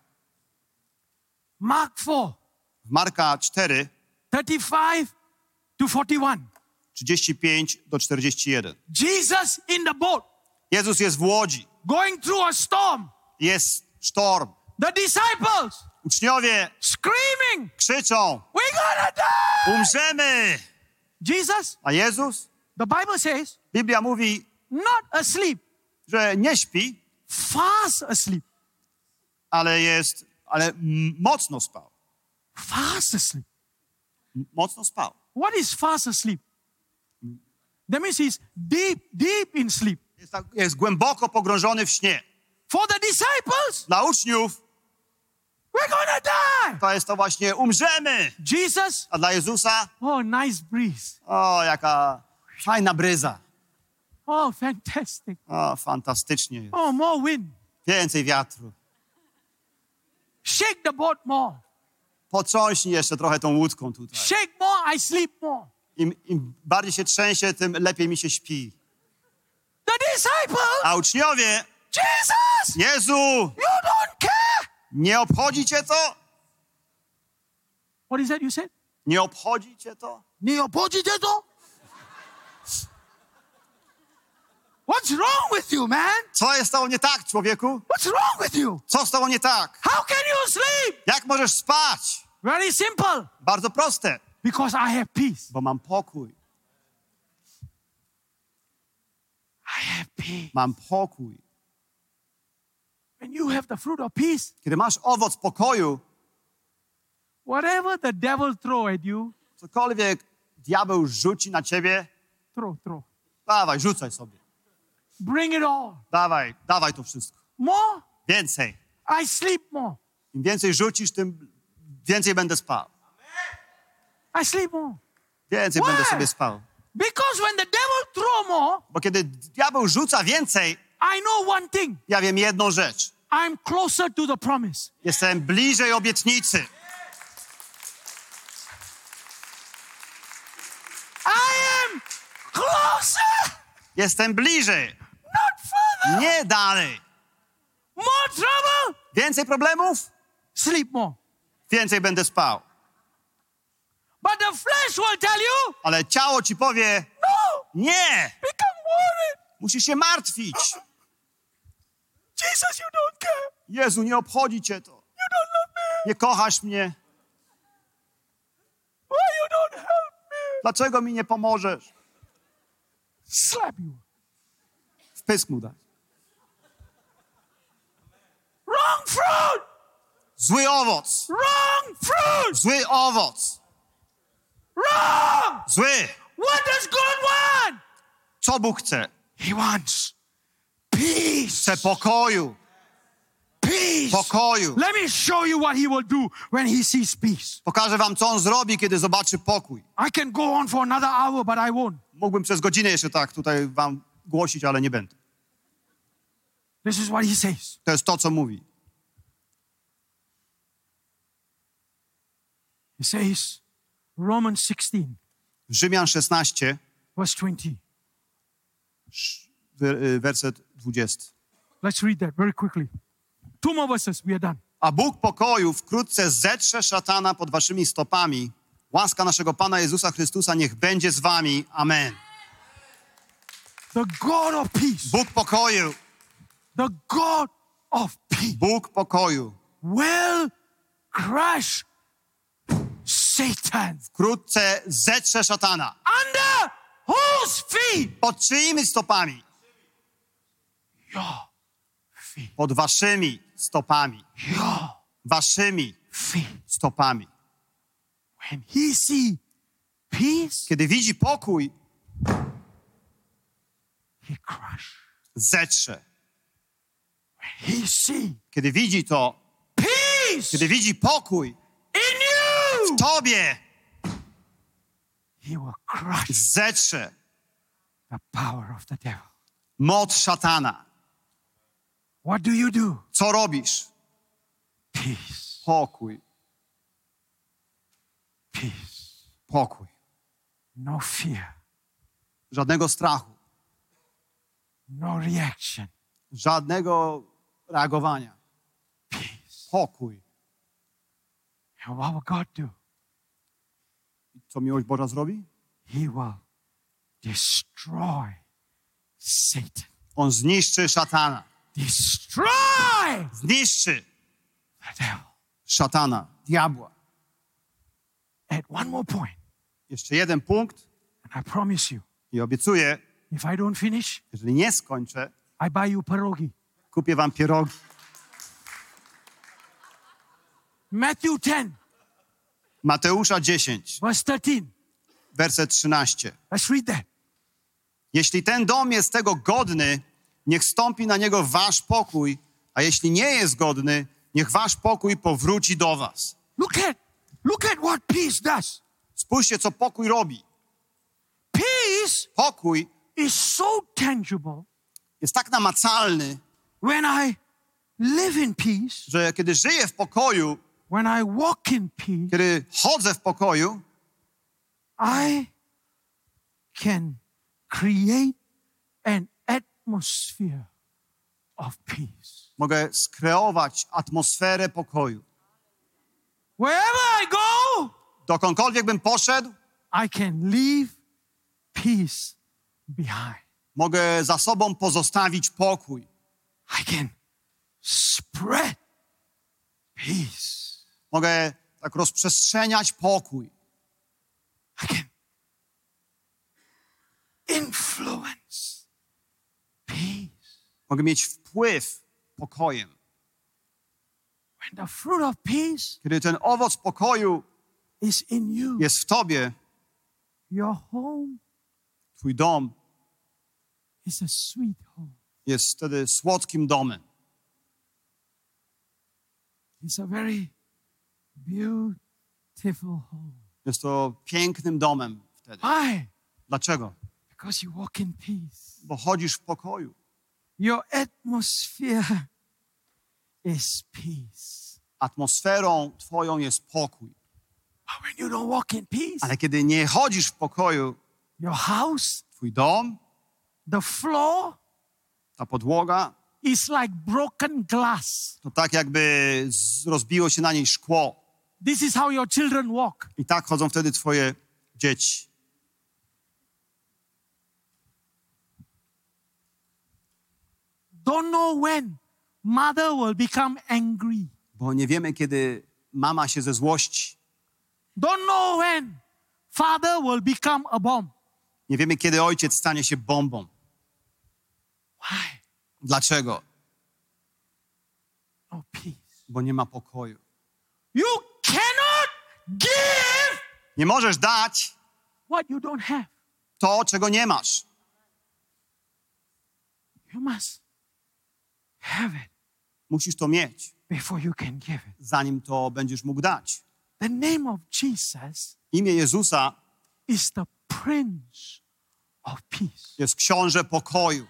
Mark four, W Marka cztery, thirty-five to forty-one. trzydzieści pięć do czterdziestu jeden. Jesus in the boat, Jezus jest w łodzi. going through a storm. Jest sztorm. The disciples Uczniowie screaming, krzyczą, we're gonna die! umrzemy! Jesus, A Jezus, the Bible says, Biblia mówi, not asleep, że nie śpi, fast asleep. ale jest, ale m- mocno spał. Fast asleep. M- Mocno spał. What is fast asleep? That means he's deep, deep in sleep. Jest, tak, jest głęboko pogrążony w śnie. For the disciples, Dla uczniów we're gonna die. to jest to właśnie umrzemy. Jesus, A dla Jezusa, oh, nice breeze. o, jaka fajna bryza. Oh, fantastic. O, fantastycznie jest. Oh, more wind. Więcej wiatru. Shake the boat more. Potrząśnij jeszcze trochę tą łódką tutaj. Shake more, I sleep more. Im, im bardziej się trzęsie, tym lepiej mi się śpi. The disciples, A uczniowie, Jesus, Jezu, you don't care. nie obchodzi cię to? What is that you said? Nie obchodzi cię to? Nie obchodzicie to? What's wrong with you, man? Co jest z tobą nie tak, człowieku? What's wrong with you? Co z tobą nie tak? How can you sleep? Jak możesz spać? Very simple. Bardzo proste. Because I have peace. Bo mam pokój. I have peace. Mam pokój. When you have the fruit of peace, Kiedy masz owoc pokoju, whatever the devil throw at you, cokolwiek diabeł rzuci na ciebie, throw, throw. dawaj, rzucaj sobie. Bring it all. Dawaj, dawaj to wszystko. More, Więcej. I sleep more. Im więcej rzucisz, tym więcej będę spał. I sleep more. Więcej Why? będę sobie spał. Because when the devil throw more, Bo kiedy diabeł rzuca więcej, I know one thing. ja wiem jedną rzecz. I'm closer to the promise. Jestem bliżej obietnicy. I am closer, Jestem bliżej. not further. Nie dalej. More trouble, Więcej problemów? sleep more. Więcej będę spał. But the flesh will tell you, Ale ciało ci powie, no, nie. become worried. Musisz się martwić. Jesus, you don't care. Jezu, nie obchodzi cię to. You don't love me. Nie kochasz mnie. Why you don't help me? Dlaczego mi nie pomożesz? Slap you. Pysk mu dać. Wrong fruit! Zły owoc. Wrong fruit! Zły owoc. Wrong! Zły. What does God want? Co Bóg chce? He wants peace. Chce pokoju. Peace. Pokoju. Let me show you what he will do when he sees peace. Pokażę wam, co on zrobi, kiedy zobaczy pokój. I can go on for another hour, but I won't. Mógłbym przez godzinę jeszcze tak tutaj wam głosić, ale nie będę. This is what he says. To jest to, co mówi. He says, Romans sixteen, Rzymian szesnaście, verse twenty. wer- werset dwudziesty. Let's read that very quickly. Two more verses, we are done. A Bóg pokoju wkrótce zetrze szatana pod waszymi stopami. Łaska naszego Pana Jezusa Chrystusa niech będzie z wami. Amen. The God of peace, Bóg pokoju, the God of peace Bóg pokoju will crush Satan. wkrótce zetrze szatana. Under whose feet? Pod czyimi stopami? Your feet. Pod waszymi stopami. Your Waszymi feet. stopami. When he see peace, Kiedy widzi pokój, he crush. zetrze. When he see Kiedy widzi to, peace kiedy widzi pokój in you, w tobie, he will crush zetrze the power of the devil. moc szatana. What do you do? Co robisz? Peace. Pokój, Peace. pokój. No fear. Żadnego strachu, No reaction. żadnego reagowania. Peace. Pokój. And what will God do? Co miłość Boża zrobi? He will destroy Satan. On zniszczy szatana. Destroy Zniszczy the devil. szatana, diabła. At one more point, Jeszcze jeden punkt and I promise you, i obiecuję, if I don't finish, jeżeli nie skończę, I buy you pierogi. kupię wam pierogi. Matthew ten, Mateusza dziesięć, verse thirteen. werset trzynasty. Let's read that. Jeśli ten dom jest tego godny, niech stąpi na niego wasz pokój, a jeśli nie jest godny, niech wasz pokój powróci do was. Look at, look at what peace does. Spójrzcie, co pokój robi. Peace Pokój is so tangible. jest tak namacalny, When I live in peace, że kiedy żyję w pokoju, when I walk in peace, kiedy chodzę w pokoju, I can create an atmosphere of peace. mogę skreować atmosferę pokoju. Wherever I go, Dokądkolwiek bym poszedł, I can leave peace behind. mogę za sobą pozostawić pokój. I can spread peace. Mogę tak rozprzestrzeniać pokój. I can influence peace. Mogę mieć wpływ pokojem. When the fruit of peace Kiedy ten owoc pokoju is in you, jest w tobie, your home twój dom is a sweet home. jest wtedy słodkim domem. It's a very beautiful home. Jest to pięknym domem wtedy. Why? Dlaczego? Because you walk in peace. Bo chodzisz w pokoju. Your atmosphere is peace. Atmosferą twoją jest pokój. But when you don't walk in peace, Ale kiedy nie chodzisz w pokoju, your house, twój dom, the floor ta podłoga, is like broken glass. to tak jakby z- rozbiło się na niej szkło. This is how your children walk. I tak chodzą wtedy twoje dzieci. Don't know when mother will become angry. Bo nie wiemy, kiedy mama się ze złości. Don't know when father will become a bomb. Nie wiemy, kiedy ojciec stanie się bombą. Why? Dlaczego? No peace. Bo nie ma pokoju. You cannot give Nie możesz dać what you don't have. to, czego nie masz. You must have it Musisz to mieć, before you can give it. zanim to będziesz mógł dać. The name of Jesus Imię Jezusa is the Prince of Peace. jest książę pokoju.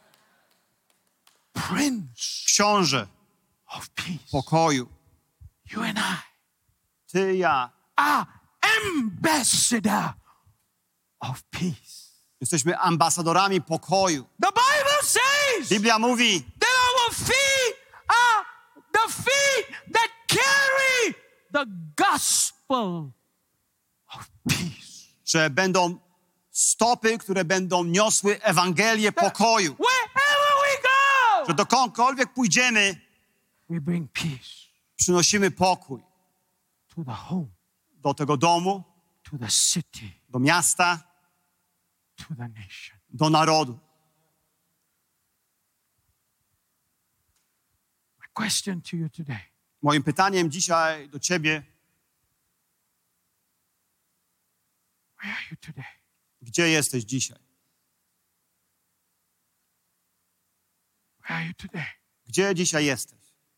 Prince Książę of Peace. pokoju. You and I Ty, ja are ambassador of peace. jesteśmy ambasadorami pokoju. The Bible says Biblia mówi, that our feet are the feet that carry the gospel of peace. że będą stopy, które będą niosły Ewangelię pokoju. Wherever we go, Że dokądkolwiek pójdziemy, we bring peace przynosimy pokój to the home, do tego domu, to the city, do miasta, to the nation. do narodu. My question to you today, Moim pytaniem dzisiaj do ciebie, where are you today? gdzie jesteś dzisiaj? Where are you today? Gdzie dzisiaj jesteś?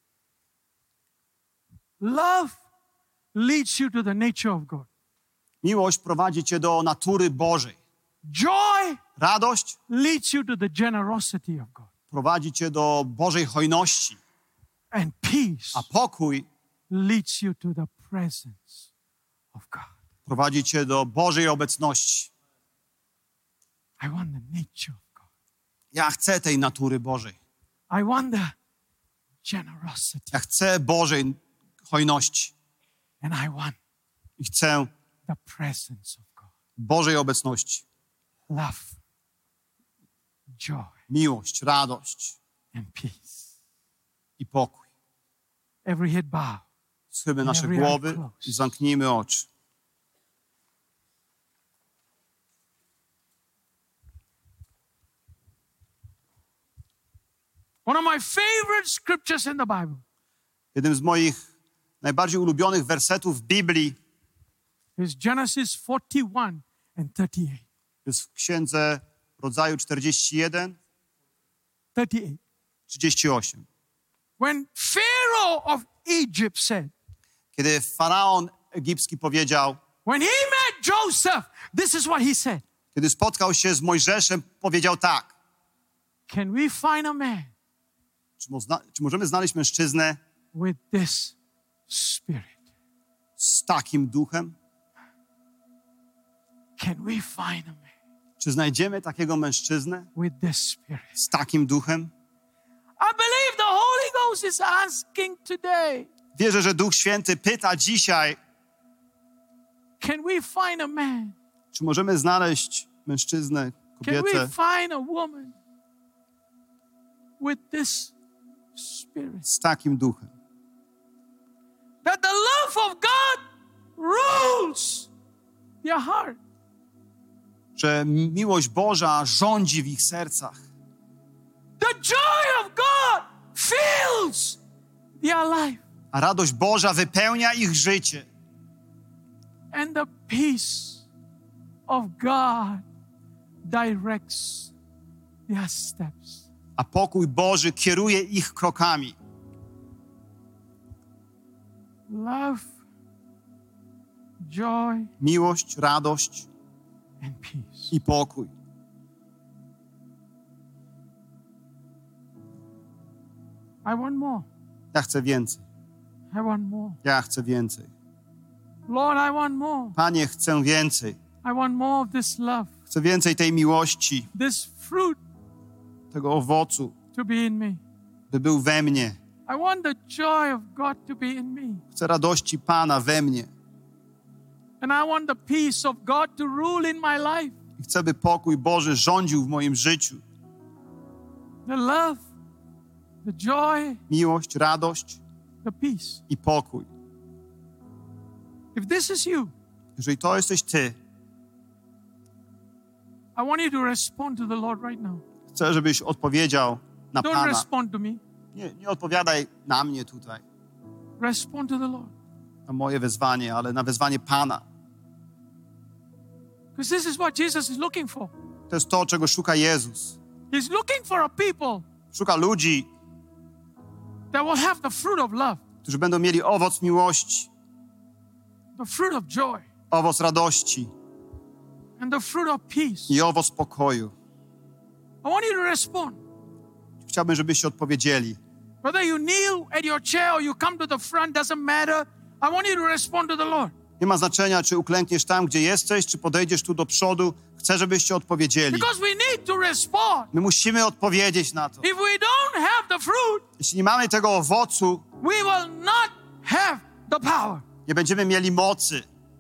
Love leads you to the nature of God. Miłość prowadzi cię do natury Bożej. Joy Radość leads you to the generosity of God. prowadzi cię do Bożej hojności, And peace a pokój leads you to the presence of God. prowadzi cię do Bożej obecności. I want the nature of God. Ja chcę tej natury Bożej. I want the generosity. Ja chcę Bożej hojności And I want i chcę the presence of God. Bożej obecności. Love, joy, Miłość, radość and peace. i pokój. Every head bow. Schymy nasze Every eye głowy closed. i zamknijmy oczy. One of my favorite scriptures in the Bible Jednym z moich najbardziej ulubionych wersetów w Biblii is Genesis forty-one and thirty-eight. jest w Księdze Rodzaju czterdzieści jeden, thirty-eight. trzydzieści osiem. When Pharaoh of Egypt said, Kiedy faraon egipski powiedział, when he met Joseph, this is what he said. kiedy spotkał się z Mojżeszem, powiedział tak: Can we find a man Czy, mo- zna- czy możemy znaleźć mężczyznę with this spirit? z takim duchem? Can we find a man Czy znajdziemy takiego mężczyznę with this spirit? z takim duchem? I believe the Holy Ghost is asking today, Wierzę, że Duch Święty pyta dzisiaj, can we find a man? czy możemy znaleźć mężczyznę, Can we kobietę find a woman with this spirit? z takim duchem. That the love of God rules their heart. Że miłość Boża rządzi w ich sercach. The joy of God fills their life. A radość Boża wypełnia ich życie. And the peace of God directs their steps. A pokój Boży kieruje ich krokami. Love, joy, Miłość, radość and peace. i pokój. I want more. Ja chcę więcej. I want more. Ja chcę więcej. Lord, I want more. Panie, chcę więcej. I want more of this love, Chcę więcej tej miłości, this fruit tego owocu, to be in me. by był we mnie. I want the joy of God to be in me. Chcę radości Pana we mnie. And I want the peace of God to rule in my life. I chcę, by pokój Boży rządził w moim życiu. The love, the joy, Miłość, radość the peace. i pokój. If this is you, Jeżeli to jesteś Ty, I want you to respond to the Lord right now. Chcę, żebyś odpowiedział na Don't Pana. respond to me. Nie, nie odpowiadaj na mnie tutaj, Respond to the Lord. na moje wezwanie, ale na wezwanie Pana. Because this is what Jesus is looking for. To jest to, czego szuka Jezus. He's looking for a people Szuka ludzi, that will have the fruit of love, którzy będą mieli owoc miłości, the fruit of joy, owoc radości and the fruit of peace. i owoc pokoju. I want you to respond. Chciałbym, żebyście odpowiedzieli. Whether you kneel at your chair or you come to the front, doesn't matter. I want you to respond to the Lord. Nie ma znaczenia, czy uklękniesz tam, gdzie jesteś, czy podejdziesz tu do przodu. Chcę, żebyście odpowiedzieli. Because we need to respond. My musimy odpowiedzieć na to. If we don't have the fruit, Jeśli nie mamy tego owocu, we will not have the power. nie będziemy mieli mocy.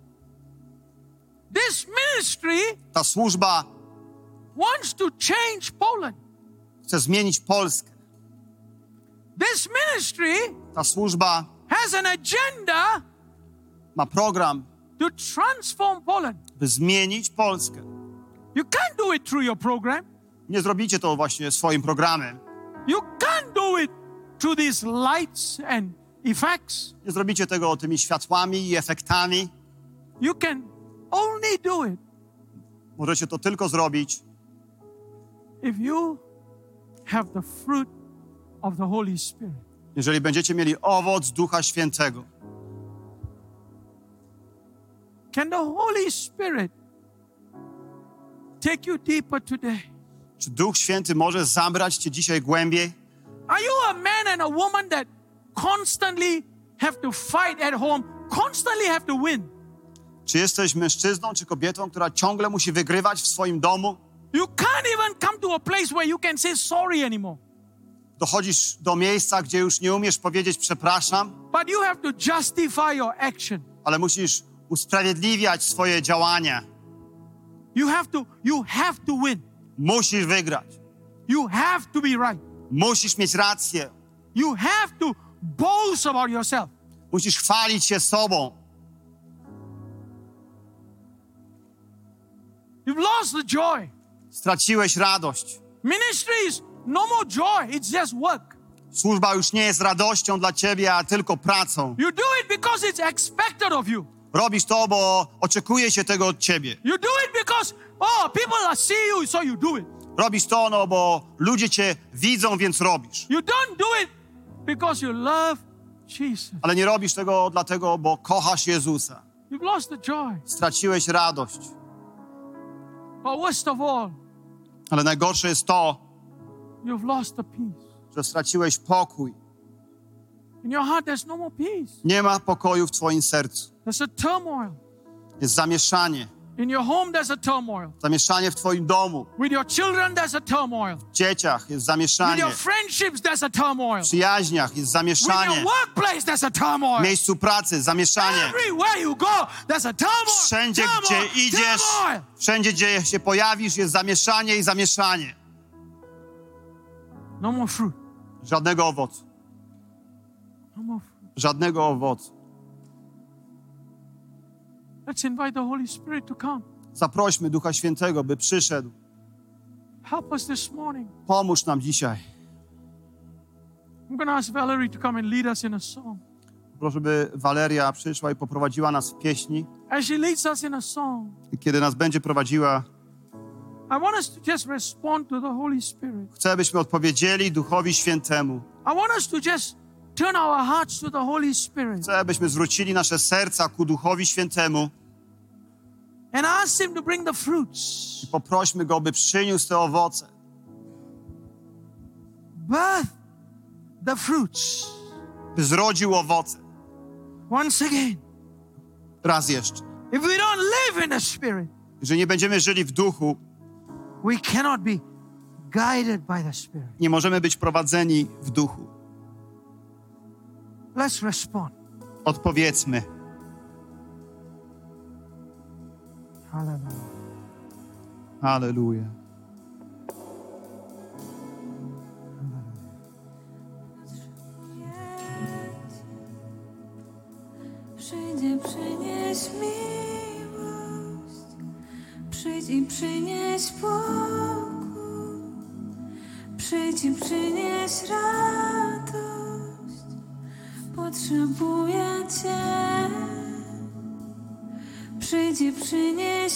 This ministry Ta służba wants to change Poland. chce zmienić Polskę. This ministry Ta służba has an agenda ma program, to transform Poland. by zmienić Polskę. You can't do it through your program. Nie zrobicie to właśnie swoim programem. You can't do it through these lights and effects. Nie zrobicie tego tymi światłami i efektami. You can only do it Możecie to tylko zrobić, if you have the fruit of the Holy Spirit. jeżeli będziecie mieli owoc Ducha Świętego. Can the Holy Spirit take you deeper today? Czy Duch Święty może zabrać cię dzisiaj głębiej? Are you a man and a woman that constantly have to fight at home, constantly have to win? Czy jesteś mężczyzną czy kobietą, która ciągle musi wygrywać w swoim domu? You can't even come to a place where you can say sorry anymore. Dochodzisz do miejsca, gdzie już nie umiesz powiedzieć przepraszam, But you have to justify your action. ale musisz usprawiedliwiać swoje działania. You have to, you have to win. Musisz wygrać. You have to be right. Musisz mieć rację. You have to boast about yourself. Musisz chwalić się sobą. You've lost the joy. Straciłeś radość. Ministry is no more joy, it's just work. Służba już nie jest radością dla ciebie, a tylko pracą. You do it because it's expected of you. Robisz to, bo oczekuje się tego od ciebie. You do it because, oh, people are see you, so you do it. Robisz to, no bo ludzie cię widzą, więc robisz. You don't do it because you love Jesus. Ale nie robisz tego dlatego, bo kochasz Jezusa. You've lost the joy. Straciłeś radość. But worst of all, Ale najgorsze jest to, you've lost the peace. że straciłeś pokój. In your heart, there's no more peace. Nie ma pokoju w twoim sercu. There's a turmoil. Jest zamieszanie. In your home, there's a turmoil. Zamieszanie w twoim domu. With your children, there's a turmoil. W dzieciach jest With zamieszanie. your friendships, there's a turmoil. W przyjaźniach jest With zamieszanie. your workplace, there's a W turmoil. miejscu pracy zamieszanie. Everywhere you go, there's a turmoil. Wszędzie, turmoil, gdzie idziesz, turmoil. wszędzie, gdzie się pojawisz, jest zamieszanie i zamieszanie. No more fruit. Żadnego owocu. No more fruit. Żadnego owocu. Let's invite the Holy Spirit to come. Zaprośmy Ducha Świętego, by przyszedł. Help us this morning. Pomóż nam dzisiaj. I'm going to ask Valerie to come and lead us in a song. Proszę, by Waleria przyszła i poprowadziła nas w pieśni. As she leads us in a song, I kiedy nas będzie prowadziła, I want us to just respond to the Holy Spirit. chcę, byśmy odpowiedzieli Duchowi Świętemu. I want us to just turn our hearts to the Holy Spirit Chcę, byśmy zwrócili nasze serca ku Duchowi Świętemu and ask Him to bring the fruits. i poprośmy Go, by przyniósł te owoce. Birth the fruits. By zrodził owoce. Once again, Raz jeszcze. if we don't live in the Spirit, Jeżeli nie będziemy żyli w Duchu, we cannot be guided by the Spirit. nie możemy być prowadzeni w Duchu. Let's respond. Odpowiedzmy. Hallelujah. Halleluja. Przyjdzie przynieś miłość, przyjdź i przynieś pokój, Przyjdź i przynieś radość, potrzebuję Cię. Przyjdź i przynieś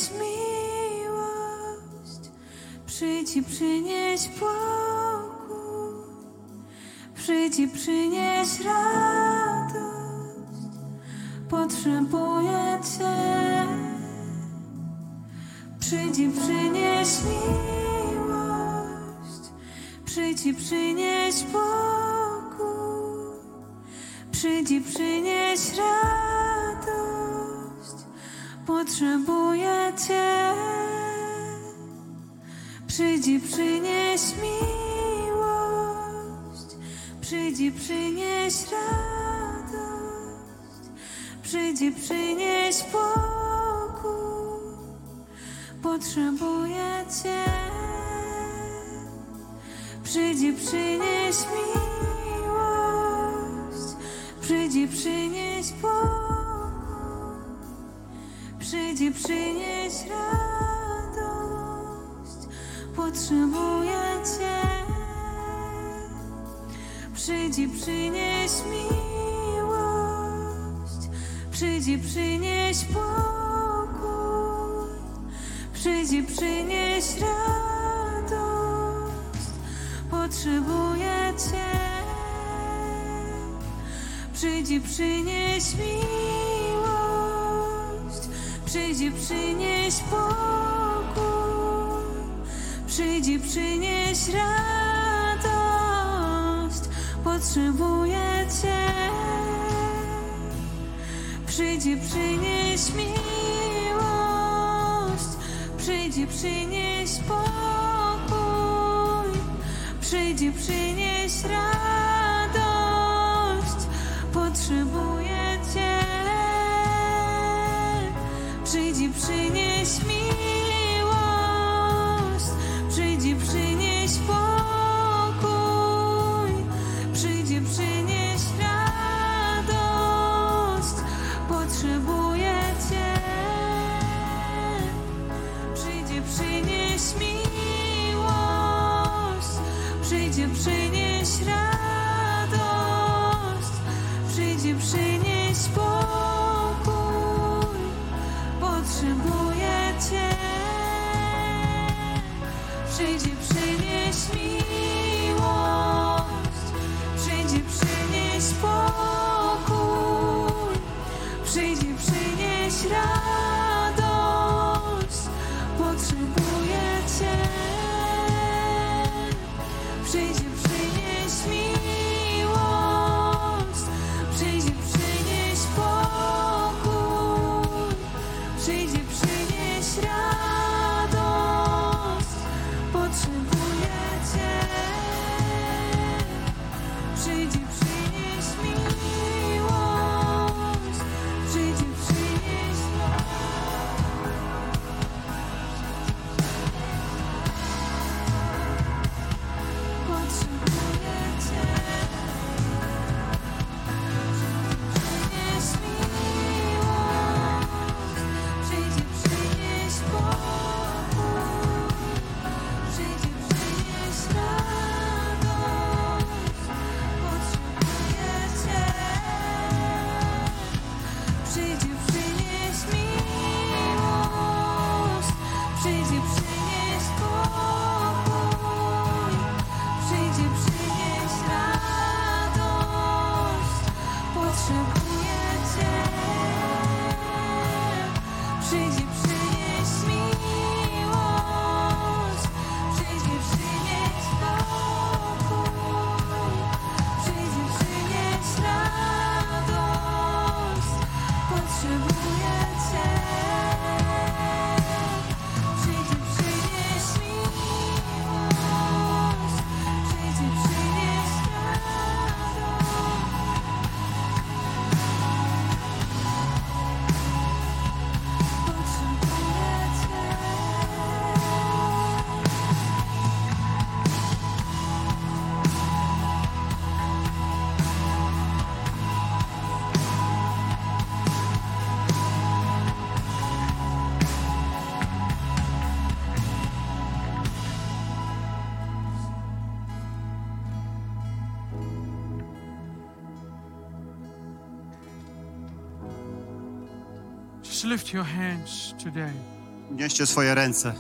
miłość, przyjdź i przynieś pokój, przyjdź i przynieś radość, potrzebuję Cię. Przyjdź i przynieś miłość, przyjdź i przynieś pokój, przyjdź i przynieś radość, potrzebuję Cię. Przyjdź i przynieś miłość, przyjdź i przynieś radość, przyjdź i przynieś pokój, potrzebuję Cię. Przyjdź i przynieś miłość, przyjdź i przynieś pokój, przyjdź i przynieś radość, potrzebuję Cię. Przyjdź i przynieś miłość, przyjdź i przynieś pokój, przyjdź i przynieś radość, potrzebuję Cię. Przyjdź i przynieś miłość, przyjdź i przynieś pokój, przyjdź i przynieś radość, potrzebuję Cię. Przyjdź i przynieś miłość, przyjdź i przynieś pokój, przyjdź i przynieś radość, potrzebuję Cię. Przyjdź i przynieś miłość, przyjdź i przynieś pokój, przyjdź i przynieś radość, potrzebuję Cię. Przyjdź i przynieś miłość, przyjdź i przynieś radość, przyjdź i przynieś pokój, potrzebuję Cię. Przyjdź i przynieś miłość, przyjdź i przynieś pokój, przyjdź i przynieś radość, potrzebuję Cię. Przyjdź i przynieś miłość, przyjdź i przynieś pokój, przyjdź i przynieś radość, potrzebuję Cię. Just lift your hands today. Unieście swoje ręce.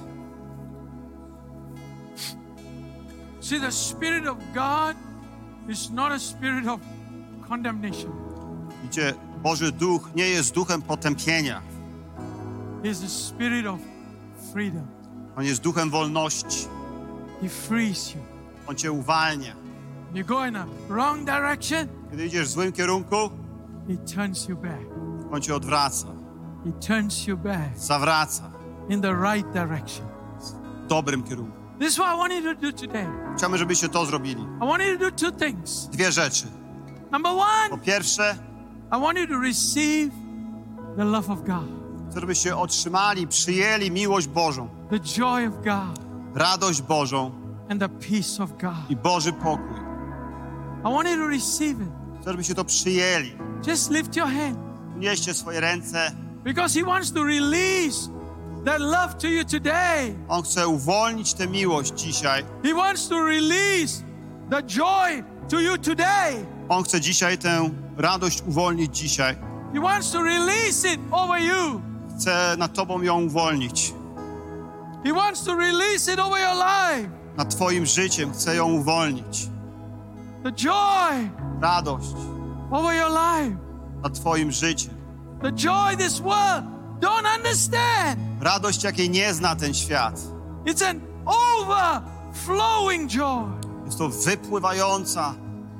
See, the Spirit of God is not a spirit of condemnation. Widzicie, Boży Duch nie jest duchem potępienia. He is the spirit of freedom. On jest duchem wolności. He frees you. On cię uwalnia. You go in a wrong direction, Kiedy idziesz w złym kierunku, He turns you back. on cię odwraca, He turns you back zawraca in the right direction. w dobrym kierunku. This is what I want you to do today. Chciałbym, żebyście to zrobili. I want you to do two things. Dwie rzeczy. Number Po one, pierwsze, I want you to receive the love of God, chcę, żebyście otrzymali, przyjęli miłość Bożą, the joy of God, radość Bożą and the peace of God. i Boży pokój. I want you to receive it. Chcę, żebyście to przyjęli. Just lift your hand Unieście swoje ręce. because He wants to release that love to you today. On chce uwolnić tę miłość dzisiaj. He wants to release the joy to you today. On chce dzisiaj tę radość uwolnić dzisiaj. He wants to release it over you. Chce nad tobą ją uwolnić. He wants to release it over your life. Nad twoim życiem chce ją uwolnić. The joy Radość over your life. nad twoim życiem. The joy this world don't understand. Radość, jakiej nie zna ten świat. It's an overflowing joy. Jest to wypływająca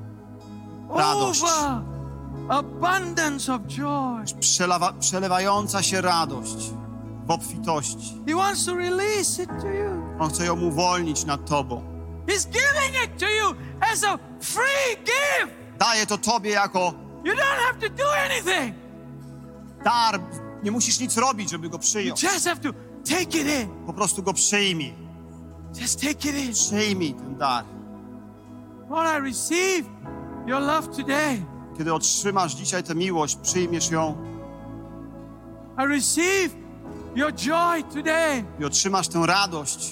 radość. Over abundance of joy. Przelewa, przelewająca się radość w obfitości. He wants to release it to you. On chce ją uwolnić nad tobą. He's giving it to you as a free gift. Daje to tobie jako You don't have to do anything. dar. Nie musisz nic robić, żeby go You przyjąć. just have to take it in. Po prostu go przyjmij. Just take it in. Przyjmij ten dar. Lord, I receive your love today. Kiedy otrzymasz dzisiaj tę miłość, przyjmiesz ją I receive your joy today. i otrzymasz tę radość.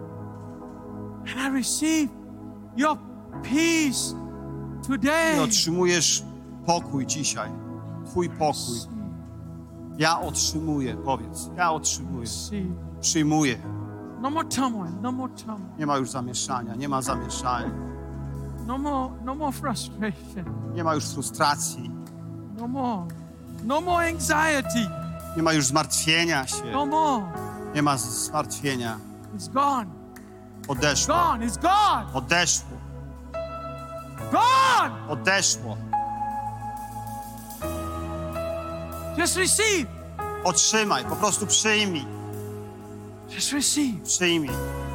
And I receive your peace I today. otrzymujesz pokój dzisiaj. Twój pokój. Ja otrzymuję, powiedz. Ja otrzymuję. See, Przyjmuję. no more turmoil, no more turmoil, Nie ma już zamieszania, nie ma zamieszania. no more, no more frustration, Nie ma już frustracji. no more, no more anxiety, Nie ma już zmartwienia się. no more. Nie ma zmartwienia. It's gone, Odeszło. gone, it's gone, Odeszło. gone. Odeszło. Just receive, Otrzymaj, po prostu przyjmij. just receive. Przyjmij.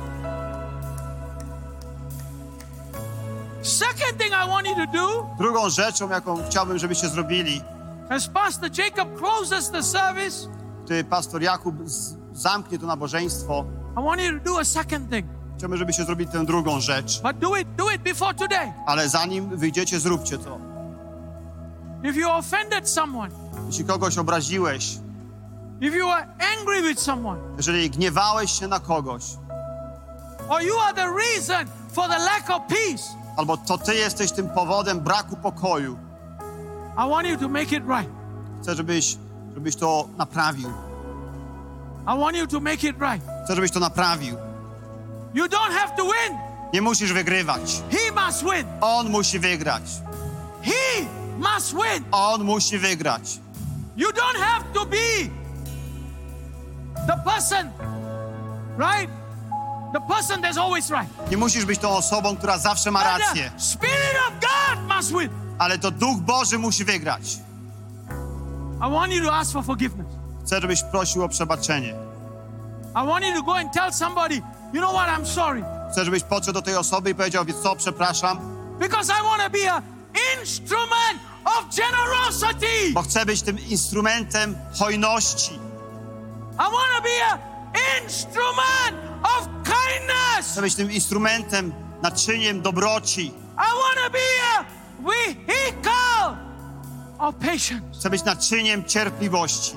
Second thing I want you to do, Drugą rzeczą, jaką chciałbym, żebyście zrobili, as Pastor Jacob closes the service, gdy pastor Jakub z- zamknie to nabożeństwo, I want you to do a second thing. chciałbym, żebyście zrobili tę drugą rzecz. But do it, do it before today. Ale zanim wyjdziecie, zróbcie to. If you offended someone, Jeśli kogoś obraziłeś, if you are angry with someone, jeżeli gniewałeś się na kogoś, or you are the reason for the lack of peace, albo to ty jesteś tym powodem braku pokoju, I want you to make it right. chcę, żebyś, żebyś to naprawił. I want you to make it right. Chcę, żebyś to naprawił. You don't have to win. Nie musisz wygrywać. He must win. On musi wygrać. He must win. On musi wygrać. You don't have to be the person, right? The person that's always right. Nie musisz być tą osobą, która zawsze ma But rację. the Spirit of God must win. Ale to Duch Boży musi wygrać. I want you to ask for forgiveness. Chcę, żebyś prosił o przebaczenie. I want you to go and tell somebody, you know what, I'm sorry. Chcę, żebyś podszedł do tej osoby i powiedział, wiesz co, przepraszam, Because I want to be an instrument of generosity. bo chcę być tym instrumentem hojności. I want to be an instrument of kindness. Chcę być tym instrumentem, naczyniem dobroci. I want to be a vehicle of patience. Chcę być naczyniem cierpliwości.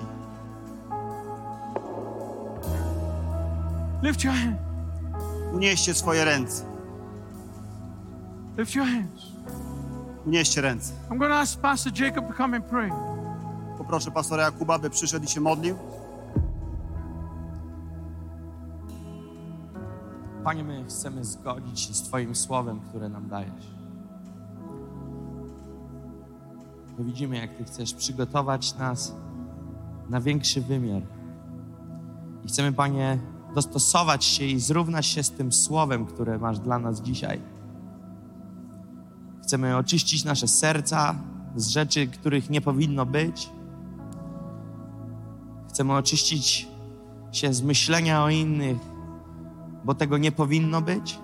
Lift your hand. Unieście swoje ręce. Lift your hands. Unieście ręce. I'm going to ask Pastor Jacob to come and pray. poproszę pastora Jakuba, by przyszedł i się modlił. Panie, my chcemy zgodzić się z Twoim słowem, które nam dajesz. My widzimy, jak Ty chcesz przygotować nas na większy wymiar. I chcemy, Panie, dostosować się i zrównać się z tym słowem, które masz dla nas dzisiaj. Chcemy oczyścić nasze serca z rzeczy, których nie powinno być. Chcemy oczyścić się z myślenia o innych, bo tego nie powinno być.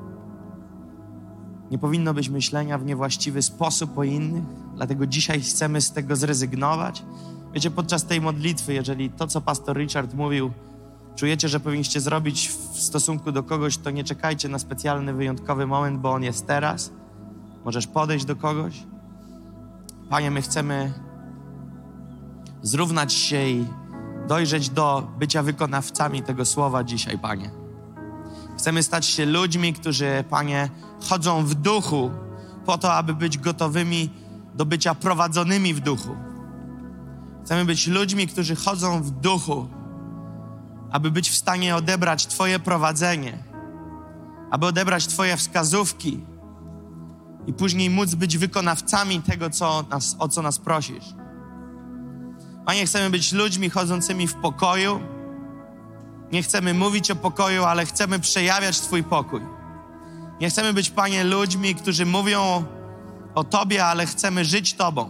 Nie powinno być myślenia w niewłaściwy sposób o innych, dlatego dzisiaj chcemy z tego zrezygnować. Wiecie, podczas tej modlitwy, jeżeli to, co pastor Richard mówił, czujecie, że powinniście zrobić w stosunku do kogoś, to nie czekajcie na specjalny, wyjątkowy moment, bo on jest teraz. Możesz podejść do kogoś. Panie, my chcemy zrównać się i dojrzeć do bycia wykonawcami tego słowa dzisiaj, Panie. Chcemy stać się ludźmi, którzy, Panie, chodzą w duchu po to, aby być gotowymi do bycia prowadzonymi w duchu. Chcemy być ludźmi, którzy chodzą w duchu, aby być w stanie odebrać Twoje prowadzenie, aby odebrać Twoje wskazówki i później móc być wykonawcami tego, co nas, o co nas prosisz. Panie, chcemy być ludźmi chodzącymi w pokoju. Nie chcemy mówić o pokoju, ale chcemy przejawiać Twój pokój. Nie chcemy być, Panie, ludźmi, którzy mówią o Tobie, ale chcemy żyć Tobą.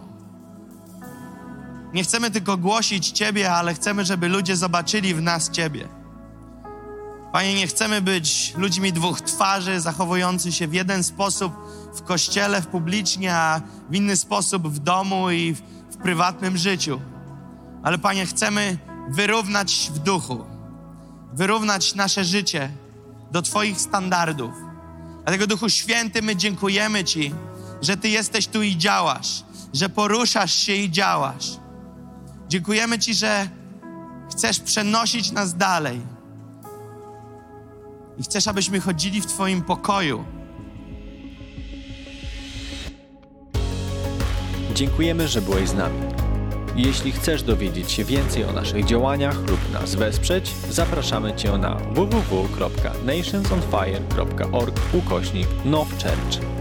Nie chcemy tylko głosić Ciebie, ale chcemy, żeby ludzie zobaczyli w nas Ciebie. Panie, nie chcemy być ludźmi dwóch twarzy, zachowujący się w jeden sposób w kościele, w publicznie, a w inny sposób w domu i w, w prywatnym życiu. Ale, Panie, chcemy wyrównać w duchu, wyrównać nasze życie do Twoich standardów. Dlatego, Duchu Święty, my dziękujemy Ci, że Ty jesteś tu i działasz, że poruszasz się i działasz. Dziękujemy Ci, że chcesz przenosić nas dalej i chcesz, abyśmy chodzili w Twoim pokoju. Dziękujemy, że byłeś z nami. Jeśli chcesz dowiedzieć się więcej o naszych działaniach lub nas wesprzeć, zapraszamy Cię na w w w kropka nationsonfire kropka org ukośnik nowchurch.